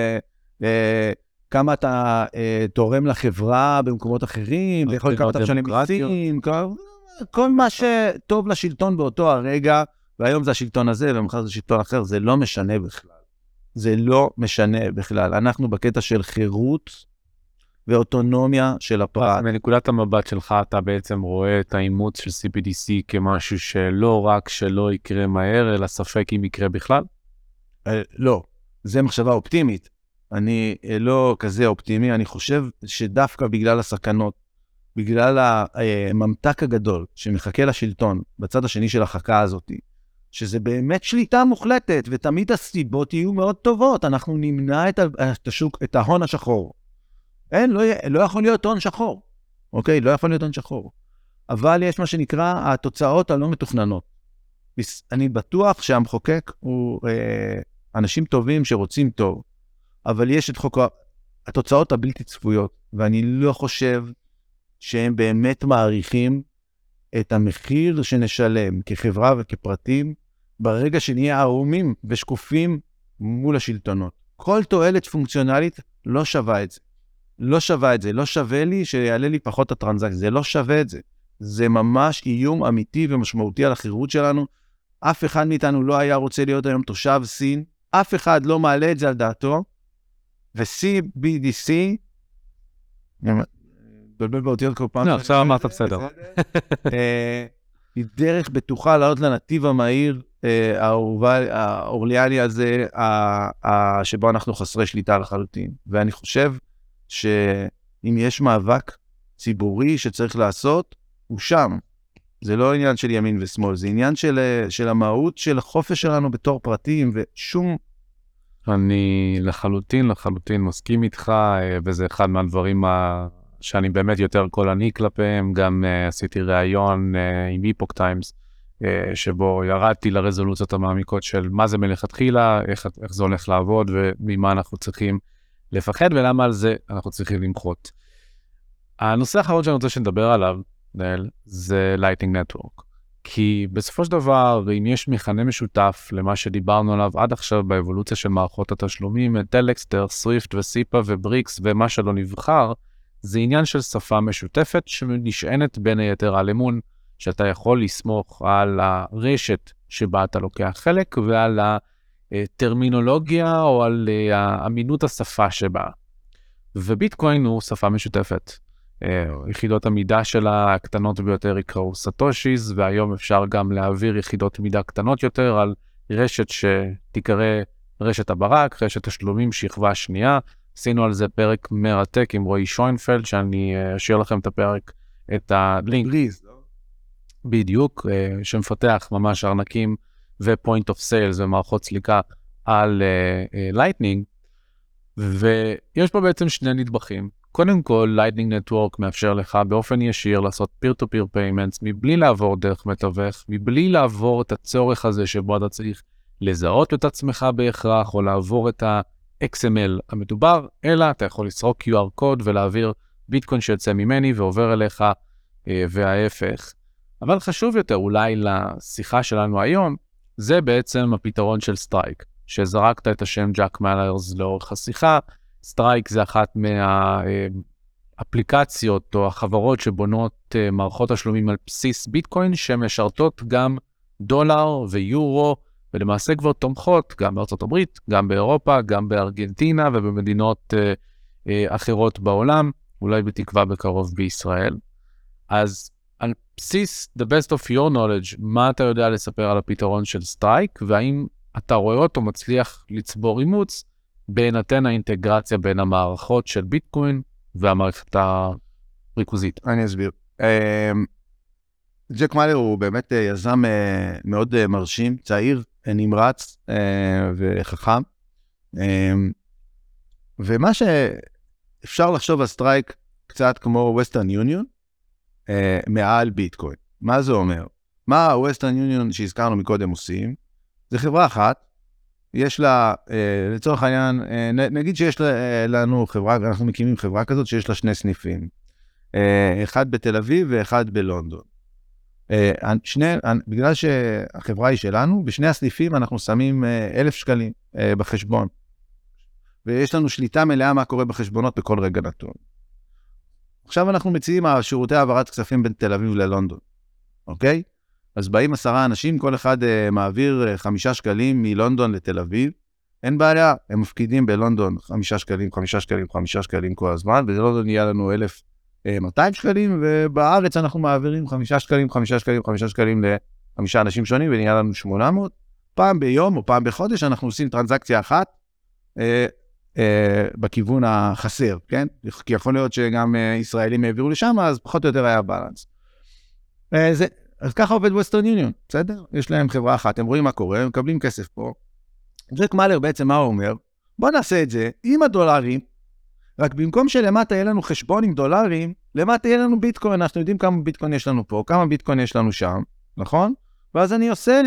כמה אתה תורם לחברה במקומות אחרים, זה יכול להיות כמה אתה משלם מיסים, כל מה שטוב לשלטון באותו הרגע, והיום זה השלטון הזה, ומחר זה שלטון אחר, זה לא משנה בכלל. זה לא משנה בכלל. אנחנו בקטע של חירות ואוטונומיה של הפרט. מנקודת המבט שלך, אתה בעצם רואה את האימוץ של CBDC כמשהו שלא רק שלא יקרה מהר, אלא ספק אם יקרה בכלל? לא. זה מחשבה אופטימית. אני לא כזה אופטימי. אני חושב שדווקא בגלל הסכנות, בגלל הממתק הגדול שמחכה לשלטון בצד השני של החכה הזאת, שזה באמת שליטה מוחלטת, ותמיד הסיבות יהיו מאוד טובות. אנחנו נמנע את השוק, את ההון השחור. אין, לא יכול להיות הון שחור. אוקיי? לא יכול להיות הון שחור. אבל יש מה שנקרא התוצאות הלא מתוכננות. אני בטוח שהמחוקק הוא אנשים טובים שרוצים טוב, אבל יש את חוק התוצאות הבלתי צפויות, ואני לא חושב שהם באמת מעריכים את המחיר שנשלם כחברה וכפרטים, ברגע שנהיה ערומים ושקופים מול השלטונות. כל תועלת פונקציונלית לא שווה את זה. לא שווה את זה. לא שווה לי שיעלה לי פחות הטרנזקציה. זה לא שווה את זה. זה ממש איום אמיתי ומשמעותי על החירות שלנו. אף אחד מאיתנו לא היה רוצה להיות היום תושב סין. אף אחד לא מעלה את זה על דעתו. ו-CBDC, בלבל באותיות כל פעם. לא, עכשיו אמרת בסדר. היא דרך בטוחה לעלות לנתיב המהיר האורליאני הזה, שבו אנחנו חסרי שליטה לחלוטין. ואני חושב שאם יש מאבק ציבורי שצריך לעשות, הוא שם. זה לא עניין של ימין ושמאל, זה עניין של המהות של החופש שלנו בתור פרטים, ושום... אני לחלוטין מסכים איתך, וזה אחד מהדברים שאני באמת יותר קולני כלפיהם. גם עשיתי ראיון עם Epoch Times, שבו ירדתי לרזולוציות המעמיקות של מה זה מלכתחילה, איך זה הולך לעבוד, וממה אנחנו צריכים לפחד, ולמה על זה אנחנו צריכים למחות. הנושא האחרון שאני רוצה שנדבר עליו, זה Lightning Network. כי בסופו של דבר, אם יש מכנה משותף למה שדיברנו עליו עד עכשיו באבולוציה של מערכות התשלומים, טלקסטר, סוויפט וסיפה ובריקס ומה שלא נבחר, זה עניין של שפה משותפת שנשענת בין היתר על אמון, שאתה יכול לסמוך על הרשת שבה אתה לוקח חלק, ועל הטרמינולוגיה או על אמינות השפה שבה. וביטקוין הוא שפה משותפת. יחידות המידה שלה הקטנות ביותר יקראו סטושיז, והיום אפשר גם להעביר יחידות מידה קטנות יותר על רשת שתיקרא רשת הברק, רשת תשלומים שכבה שנייה. עשינו על זה פרק מרתק עם רועי שוינפלד, שאני אשאיר לכם את הפרק, את הלינק. בדיוק, שמפתח ממש ארנקים ו-point of sales ומערכות סליקה על Lightning, ויש פה בעצם שני נדבכים. קודם כל, Lightning Network מאפשר לך באופן ישיר לעשות peer-to-peer payments, מבלי לעבור דרך מתווך, מבלי לעבור את הצורך הזה שבו אתה צריך לזהות את עצמך בהכרח, או לעבור את ה-XML המדובר, אלא אתה יכול לסרוק QR קוד ולהעביר ביטקוין שיוצא ממני ועובר אליך, וההפך. אבל חשוב יותר אולי לשיחה שלנו היום, זה בעצם הפתרון של סטרייק, שזרקת את השם ג'ק מלרס לאורך השיחה. סטרייק זה אחת מהאפליקציות או החברות שבונות מערכות תשלומים על בסיס ביטקוין, שמשרתות גם דולר ויורו, ולמעשה כבר תומכות גם בארצות הברית, גם באירופה, גם בארגנטינה ובמדינות אחרות בעולם, אולי בתקווה בקרוב בישראל. אז על בסיס the best of your knowledge, מה אתה יודע לספר על הפתרון של סטרייק, והאם אתה רואה אותו מצליח לצבור אימוץ, בהינתן האינטגרציה בין המערכות של ביטקוין והמערכת הריכוזית? אני אסביר. ג'ק מלר הוא באמת יזם מאוד מרשים, צעיר, נמרץ וחכם. ומה שאפשר לחשוב על סטרייק קצת כמו ווסטרן יוניון, מעל ביטקוין. מה זה אומר? מה הווסטרן יוניון שהזכרנו מקודם עושים? זה חברה אחת, יש לה, לצורך העניין, נגיד שיש לנו חברה, אנחנו מקימים חברה כזאת שיש לה שני סניפים. אחד בתל אביב ואחד בלונדון. בגלל שהחברה היא שלנו, בשני הסניפים אנחנו שמים 1,000 שקלים בחשבון. ויש לנו שליטה מלאה מה קורה בחשבונות בכל רגע נתון. עכשיו אנחנו מציעים שירותי העברת כספים בין תל אביב ללונדון. אוקיי? אז באים 10 אנשים, כל אחד מעביר 5 שקלים מלונדון לתל אביב. אין בעיה, הם מפקידים בלונדון 5 שקלים, 5 שקלים, 5 שקלים כל הזמן, ובלונדון יהיה לנו 1,200 שקלים, ובארץ אנחנו מעבירים 5 שקלים, 5 שקלים, 5 שקלים ל5 אנשים שונים, ונהיה לנו 800. פעם ביום או פעם בחודש אנחנו עושים טרנזקציה אחת, בכיוון החסר, כן? כי יכול להיות שגם ישראלים העבירו לשם, אז פחות או יותר היה בלנס. אז ככה עובד ווסטרן יוניון, בסדר? יש להם חברה אחת, הם רואים מה קורה, הם מקבלים כסף פה. ג'ק מלר בעצם מה הוא אומר? בוא נעשה את זה עם הדולרים, רק במקום שלמטה יהיה לנו חשבון עם דולרים, למטה יהיה לנו ביטקוין, אנחנו יודעים כמה ביטקוין יש לנו פה, כמה ביטקוין יש לנו שם, נכון? ואז אני עושה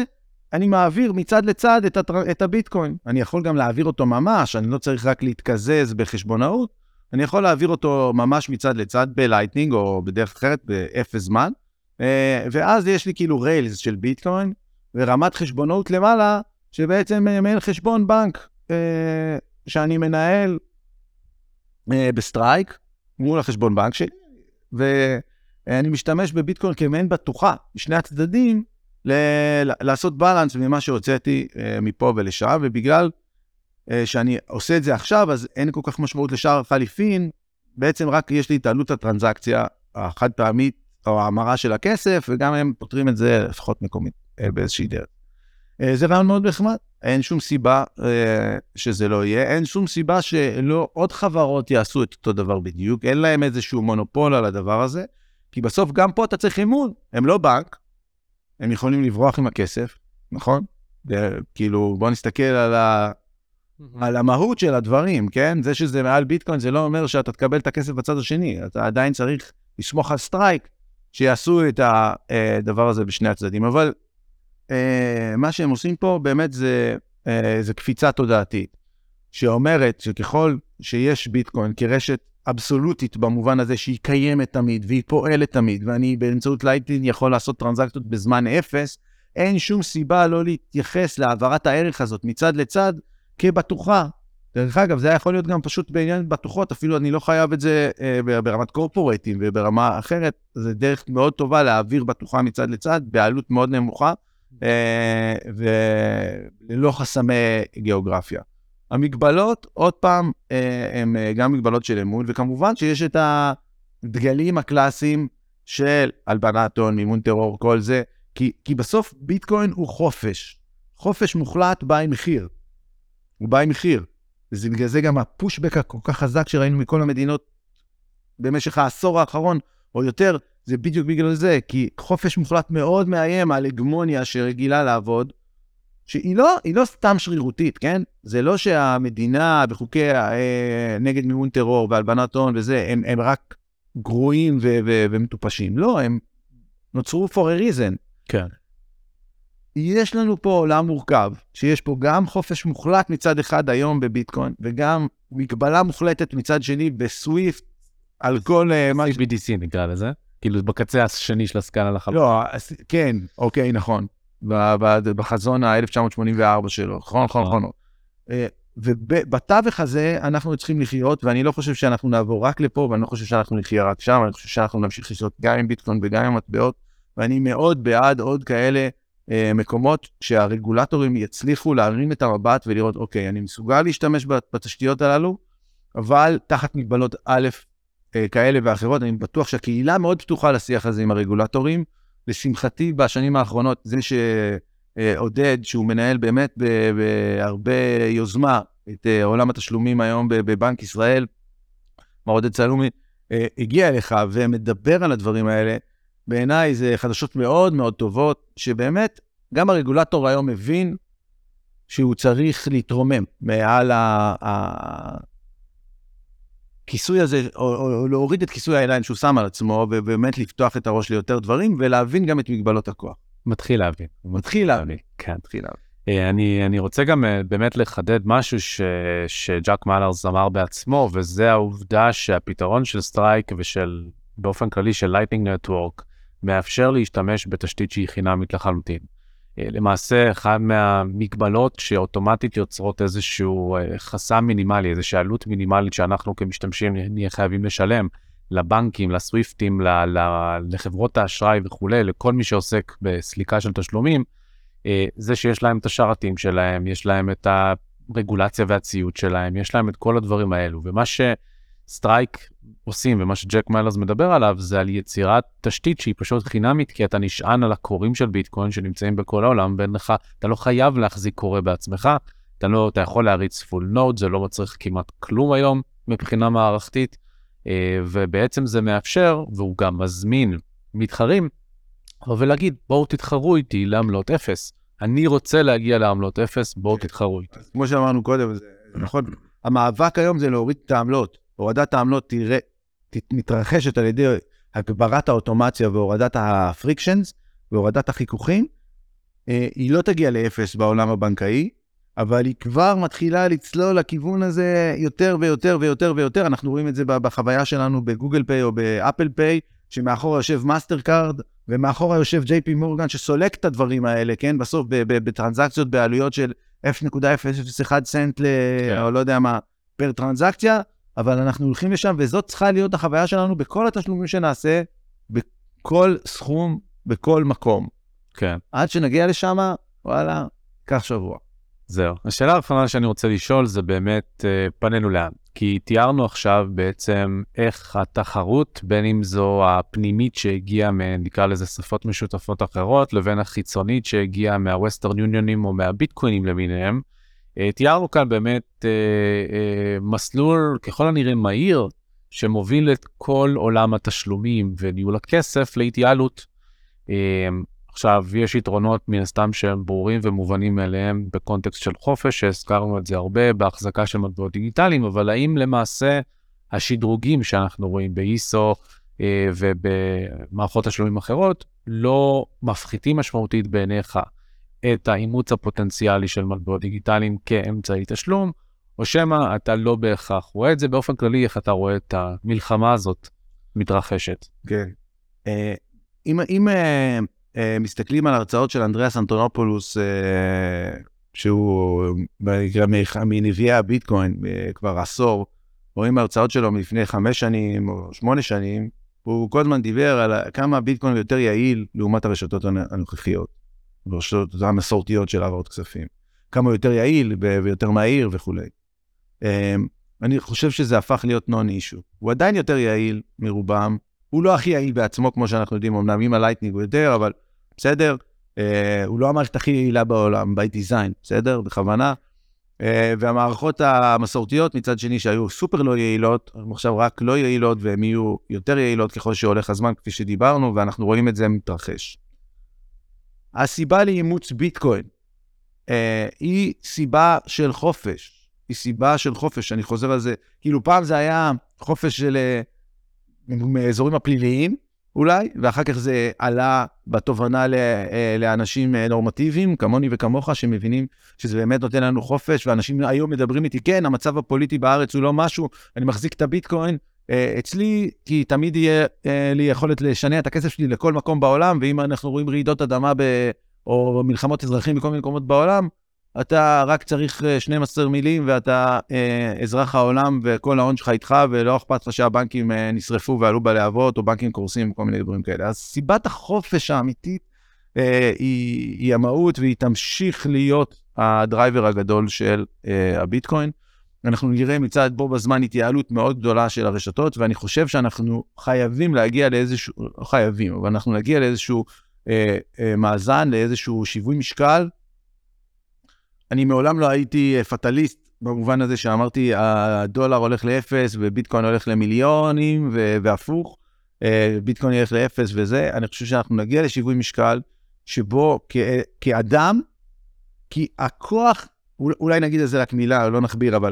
אני מעביר מצד לצד את הביטקוין. אני יכול גם להעביר אותו ממש, אני לא צריך רק להתקזז בחשבונאות, אני יכול להעביר אותו ממש מצד לצד בלייטנינג או בדרך אחרת באפס זמן, ואז יש לי כאילו ריילס של ביטקוין, ורמת חשבונאות למעלה, שבעצם מנהל חשבון בנק שאני מנהל בסטרייק, מול החשבון בנק שלי, ואני משתמש בביטקוין כמעין בטוחה, בשני הצדדים, לעשות בלנס ממה שהוצאתי מפה ולשם, ובגלל שאני עושה את זה עכשיו, אז אין כל כך משמעות לשער החליפין, בעצם רק יש לי את עלות הטרנזקציה החד פעמית, או ההמרה של הכסף, וגם הם פותרים את זה לפחות מקומית, באיזושהי דרך. זה רעיון מאוד נחמד, אין שום סיבה שזה לא יהיה, אין שום סיבה שלא עוד חברות יעשו את אותו דבר בדיוק, אין להם איזשהו מונופול על הדבר הזה, כי בסוף גם פה אתה צריך אמון, הם לא בנק, הם יכולים לברוח עם הכסף, נכון? כאילו בוא נסתכל על המהות של הדברים, כן? זה שזה מעל ביטקוין, זה לא אומר שאתה תקבל את הכסף בצד השני, אתה עדיין צריך לסמוך על סטרייק, שיעשו את הדבר הזה בשני הצדדים, אבל מה שהם עושים פה באמת זה קפיצה תודעתית, שאומרת שככל שיש ביטקוין כרשת אבסולוטית במובן הזה שהיא קיימת תמיד והיא פועלת תמיד, ואני באמצעות לייטנינג יכול לעשות טרנזקציות בזמן אפס, אין שום סיבה לא להתייחס להעברת הערך הזאת מצד לצד כבטוחה. דרך אגב, זה יכול להיות גם פשוט בעניין בטוחות, אפילו אני לא חייב את זה ברמת קורפורטים וברמה אחרת, זה דרך מאוד טובה להעביר בטוחה מצד לצד, בעלות מאוד נמוכה, וללא חסמי גיאוגרפיה. המגבלות, עוד פעם, הן גם מגבלות של אמון, וכמובן שיש את הדגלים הקלאסיים של הלבנת הון, מימון טרור, כל זה, כי בסוף ביטקוין הוא חופש. חופש מוחלט בא עם מחיר. הוא בא עם מחיר. וזה בגלל זה גם הפושבק הכל כך חזק שראינו מכל המדינות במשך העשור האחרון, או יותר, זה בדיוק בגלל זה, כי חופש מוחלט מאוד מאיים על הגמוניה שרגילה לעבוד, שהיא לא סתם שרירותית, כן? זה לא שהמדינה בחוקי נגד מימון טרור והלבנת הון וזה, הם רק גרועים ומטופשים. לא, הם נוצרו for a reason. כן. יש לנו פה עולם מורכב, שיש פה גם חופש מוחלט מצד אחד היום בביטקוין, וגם מגבלה מוחלטת מצד שני בסוויפט, על כל מה BDC נקרא לזה, כאילו בקצה השני של הסקאלה לחלוטין. לא, כן, אוקיי, נכון. בחזון ה-1984 שלו, נכון. ובתווך הזה אנחנו צריכים לחיות, ואני לא חושב שאנחנו נעבור רק לפה, ואני לא חושב שאנחנו נחיה רק שם, אני חושב שאנחנו נמשיך לחיות גם עם ביטקוין וגם עם מטבעות, ואני מאוד בעד עוד כאלה מקומות שהרגולטורים יצליחו להרים את המבט ולראות, אוקיי, אני מסוגל להשתמש בתשתיות הללו, אבל תחת מגבלות א' כאלה ואחרות, אני בטוח שהקהילה מאוד פתוחה לשיח הזה עם הרגולטורים, לשמחתי בשנים האחרונות, זה שעודד, שהוא מנהל באמת בהרבה יוזמה את עולם התשלומים היום בבנק ישראל, מר עודד צלומי, הגיע אליך ומדבר על הדברים האלה, בעיניי זה חדשות מאוד מאוד טובות, שבאמת גם הרגולטור היום מבין שהוא צריך להתרומם מעל הכיסוי הזה, או להוריד את כיסוי העיניים שהוא שם על עצמו, ובאמת לפתוח את הראש ליותר דברים, ולהבין גם את מגבלות הכוח. מתחיל להבין. כן, מתחיל להבין. אני רוצה גם באמת לחדד משהו שג'ק מלרס אמר בעצמו, וזה העובדה שהפתרון של סטרייק ושל, באופן כללי של לייטנינג נטוורק, מאפשר להשתמש בתשתית שהיא חינמית לחלוטין. למעשה, אחד מהמגבלות שאוטומטית יוצרות איזשהו חסם מינימלי, איזושהי עלות מינימלית שאנחנו כמשתמשים נהיה חייבים לשלם לבנקים, לסוויפטים, לחברות האשראי וכו', לכל מי שעוסק בסליקה של תשלומים, זה שיש להם את השרתים שלהם, יש להם את הרגולציה והציות שלהם, יש להם את כל הדברים האלו, ומה שסטרייק עושים, ומה שג'ק מלרס מדבר עליו, זה על יצירת תשתית שהיא פשוט חינמית, כי אתה נשען על הקורים של ביטקוין שנמצאים בכל העולם, ואינך, אתה לא חייב להחזיק קורא בעצמך, אתה יכול להריץ full node, זה לא מצריך כמעט כלום היום מבחינה מערכתית, ובעצם זה מאפשר, והוא גם מזמין מתחרים, ולהגיד, בואו תתחרו איתי לעמלות אפס. אני רוצה להגיע לעמלות אפס, בואו תתחרו איתי. כמו שאמרנו קודם, זה נכון, המאבק היום זה להוריד את העמלות. הורדת העמלות מתרחשת על ידי הגברת האוטומציה והורדת הפריקשנס והורדת החיכוכים, היא לא תגיע לאפס בעולם הבנקאי, אבל היא כבר מתחילה לצלול לכיוון הזה יותר ויותר ויותר ויותר. אנחנו רואים את זה בחוויה שלנו בגוגל פיי או באפל פיי, שמאחורה יושב מאסטר קארד, ומאחורה יושב ג'יי פי מורגן שסולק את הדברים האלה, כן? בסוף בטרנזקציות בעלויות של 0.001 סנט או לא יודע מה, פר טרנזקציה, אבל אנחנו הולכים לשם, וזאת צריכה להיות החוויה שלנו בכל התשלומים שנעשה, בכל סכום, בכל מקום. כן. עד שנגיע לשם, וואלה, כך שבוע. זהו. השאלה האחרונה שאני רוצה לשאול זה באמת פנינו לאן. כי תיארנו עכשיו בעצם איך התחרות, בין אם זו הפנימית שהגיעה נקרא לזה שפות משותפות אחרות, לבין החיצונית שהגיעה מהווסטרן יוניונים או מהביטקוינים למיניהם, תיארנו כאן באמת מסלול ככל הנראה מהיר, שמוביל את כל עולם התשלומים וניהול הכסף להתייעלות. עכשיו, יש יתרונות מן הסתם שהם ברורים ומובנים מאליהם בקונטקסט של חופש, שהזכרנו את זה הרבה בהחזקה של מטבעות דיגיטליים, אבל האם למעשה השדרוגים שאנחנו רואים ב-ISO ובמערכות תשלומים אחרות, לא מפחיתים משמעותית בעיניך את האימוץ הפוטנציאלי של מטבעות דיגיטליים כאמצעי תשלום, או שמא אתה לא בהכרח רואה את זה באופן כללי, איך אתה רואה את המלחמה הזאת מתרחשת? כן. אם מסתכלים על הרצאות של אנדריאס אנטונופולוס, שהוא מנביאי הביטקוין כבר עשור, רואים הרצאות שלו מלפני 5 שנים או 8 שנים, הוא כל הזמן דיבר על כמה הביטקוין יותר יעיל לעומת הרשתות הנוכחיות, הרשתות המסורתיות של העברות כספים. כמה יותר יעיל ויותר מהיר וכו'. אני חושב שזה הפך להיות נון אישו. הוא עדיין יותר יעיל מרובם, הוא לא הכי יעיל בעצמו, כמו שאנחנו יודעים, אמנם עם הלייטנינג הוא יותר, אבל בסדר, הוא לא המערכת הכי יעילה בעולם, by design, בסדר? בכוונה. והמערכות המסורתיות מצד שני שהיו סופר לא יעילות, עכשיו רק לא יעילות, והן יהיו יותר יעילות ככל שהולך הזמן, כפי שדיברנו, ואנחנו רואים את זה מתרחש. הסיבה לאימוץ ביטקוין היא סיבה של חופש. היא סיבה של חופש, אני חוזר על זה. כאילו פעם זה היה חופש של מאזורים הפליליים, אולי, ואחר כך זה עלה בתובנה לאנשים נורמטיביים, כמוני וכמוך, שמבינים שזה באמת נותן לנו חופש, ואנשים היום מדברים איתי, כן, המצב הפוליטי בארץ הוא לא משהו, אני מחזיק את הביטקוין אצלי, כי תמיד יהיה לי יכולת לשנע את הכסף שלי לכל מקום בעולם, ואם אנחנו רואים רעידות אדמה או מלחמות אזרחים בכל מיני מקומות בעולם, אתה רק צריך 12 מילים, ואתה אזרח העולם, וכל ההון שלך איתך, ולא אכפת לך שהבנקים נשרפו ועלו בלהבות, או בנקים קורסים, וכל מיני דברים כאלה. אז סיבת החופש האמיתית היא המהות, והיא תמשיך להיות הדרייבר הגדול של הביטקוין. אנחנו נראה מצד בו בזמן התייעלות מאוד גדולה של הרשתות, ואני חושב שאנחנו חייבים להגיע לאיזשהו, לא חייבים, אבל אנחנו נגיע לאיזשהו מאזן, לאיזשהו שיווי משקל. אני מעולם לא הייתי פטליסט, במובן הזה שאמרתי, הדולר הולך לאפס, וביטקוין הולך למיליונים, והפוך, ביטקוין ילך לאפס וזה. אני חושב שאנחנו נגיע לשיווי משקל, שבו כאדם, כי הכוח, אולי נגיד את זה רק מילה, לא נחביר, אבל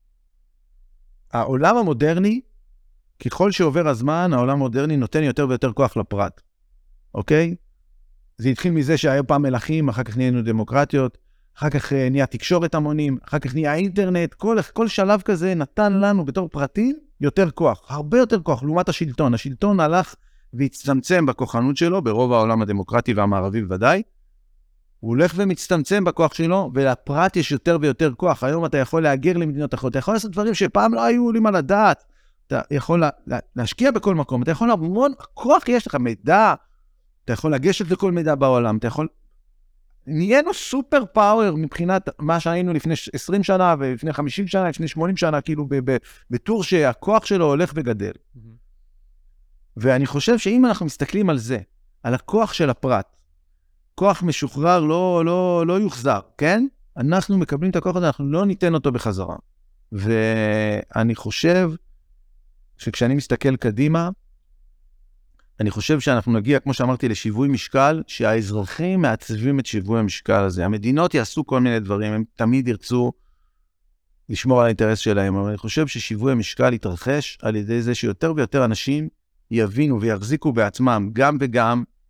העולם המודרני, ככל שעובר הזמן, העולם המודרני נותן יותר ויותר כוח לפרט. אוקיי? זה התחיל מזה שהיו פעם מלכים, אחר כך נהיינו דמוקרטיות, אחר כך נהיה תקשורת המונים, אחר כך נהיה האינטרנט, כל שלב כזה נתן לנו בתור פרטים יותר כוח, הרבה יותר כוח, לעומת השלטון. השלטון הלך והצטמצם בכוחנות שלו, ברוב העולם הדמוקרטי והמערבי בוודאי, הוא הולך ומצטמצם בכוח שלו, ולפרט יש יותר ויותר כוח. היום אתה יכול להגר למדינות אחרות, אתה יכול לעשות דברים שפעם לא היו עולים על הדעת, אתה יכול להשקיע בכל מקום, אתה יכול המון, כוח יש לך מידע, אתה יכול לגשת לכל מידע בעולם, אתה יכול... נהיינו סופר פאוור מבחינת מה שהיינו לפני 20 שנה, ולפני 50 שנה, לפני 80 שנה, כאילו בטור שהכוח שלו הולך וגדל. ואני חושב שאם אנחנו מסתכלים על זה, על הכוח של הפרט, כוח משוחרר לא יוחזר, כן? אנחנו מקבלים את הכוח הזה, אנחנו לא ניתן אותו בחזרה. ואני חושב שכשאני מסתכל קדימה, אני חושב שאנחנו נגיע, כמו שאמרתי, לשיווי משקל, שהאזרחים מעצבים את שיווי המשקל הזה. המדינות יעשו כל מיני דברים, הם תמיד ירצו לשמור על האינטרס שלהם, אבל אני חושב ששיווי המשקל יתרחש על ידי זה שיותר ויותר אנשים יבינו ויחזיקו בעצמם גם וגם,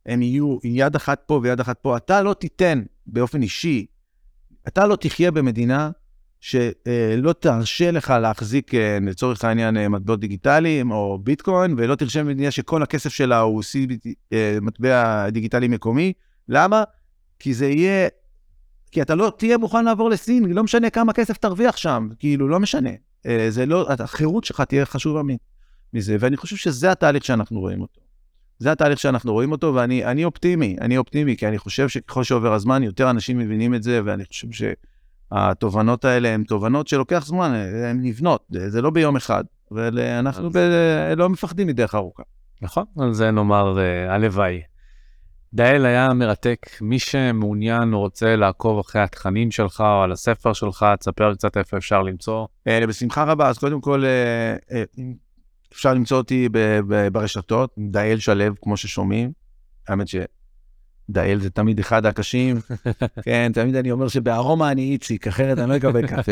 הם יהיו עם יד אחת פה ויד אחת פה, אתה לא תיתן באופן אישי, אתה לא תחיה במדינה שלא תרשה לך להחזיק לצורך העניין מטבעות דיגיטליים או ביטקוין, ולא תרשה במדינה שכל הכסף שלה הוא מטבע דיגיטלי מקומי. למה? כי זה יהיה, כי אתה לא תהיה מוכן לעבור לסין, לא משנה כמה כסף תרוויח שם, כאילו לא משנה. זה לא, החירות שלך תהיה חשובה מזה, ואני חושב שזה התהליך שאנחנו רואים אותו. זה התהליך שאנחנו רואים אותו, ואני אופטימי, כי אני חושב שככל שעובר הזמן, יותר אנשים מבינים את זה, ואני חושב שהתובנות האלה הן תובנות שלוקח זמן, הן נבנות, זה לא ביום אחד, ואנחנו לא מפחדים מדרך ארוכה. נכון, על זה נאמר הלוואי. דאל היה מרתק, מי שמעוניין או רוצה לעקוב אחרי התכנים שלך או על הספר שלך, תספר קצת איפה אפשר למצוא. בשמחה רבה, אז קודם כל, אפשר למצוא אותי ברשתות, דאל שלו, כמו ששומעים. האמת שדאל זה תמיד אחד הקשים. כן, תמיד אני אומר שבארומה אני איציק, אחרת אני לא אקבל קפה.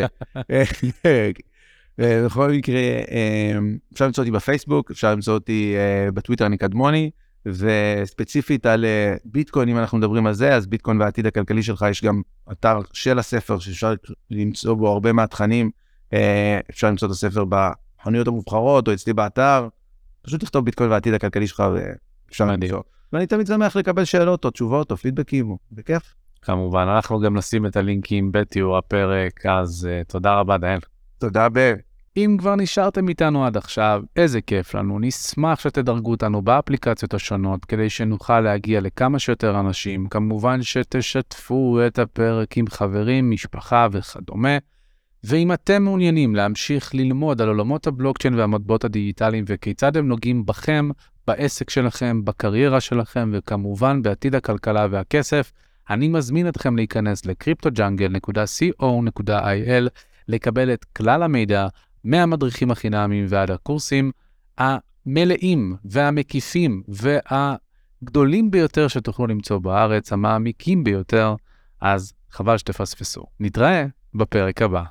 בכל מקרה, אפשר למצוא אותי בפייסבוק, אפשר למצוא אותי בטוויטר, אני קדמוני, וספציפית על ביטקוין, אם אנחנו מדברים על זה, אז ביטקוין והעתיד הכלכלי שלך, יש גם אתר של הספר, שאפשר למצוא בו הרבה מהתכנים, אפשר למצוא את הספר בחנויות המובחרות, או אצלי באתר, פשוט לכתוב ביטקוין והעתיד הכלכלי שלך, ואפשר למצוא. ואני תמיד שמח לקבל שאלות, או תשובות, או פידבקים, בכיף. כמובן, אנחנו גם נשים את הלינקים בתיאור הפרק, אז תודה רבה, דאל. תודה אם כבר נשארתם איתנו עד עכשיו, איזה כיף לנו, נשמח שתדרגו אותנו באפליקציות השונות, כדי שנוכל להגיע לכמה שיותר אנשים, כמובן שתשתפו את הפרק עם חברים, משפחה וכדומה, ואם אתם מעוניינים להמשיך ללמוד על עולמות הבלוקצ'יין והמטבעות הדיגיטליים, וכיצד הם נוגעים בכם, בעסק שלכם, בקריירה שלכם, וכמובן בעתיד הכלכלה והכסף, אני מזמין אתכם להיכנס ל-cryptojungle.co.il, לקבל את כלל המידע, מהמדריכים החינמיים ועד הקורסים המלאים והמקיפים והגדולים ביותר שתוכלו למצוא בארץ, המעמיקים ביותר, אז חבל שתפספסו. נתראה בפרק הבא.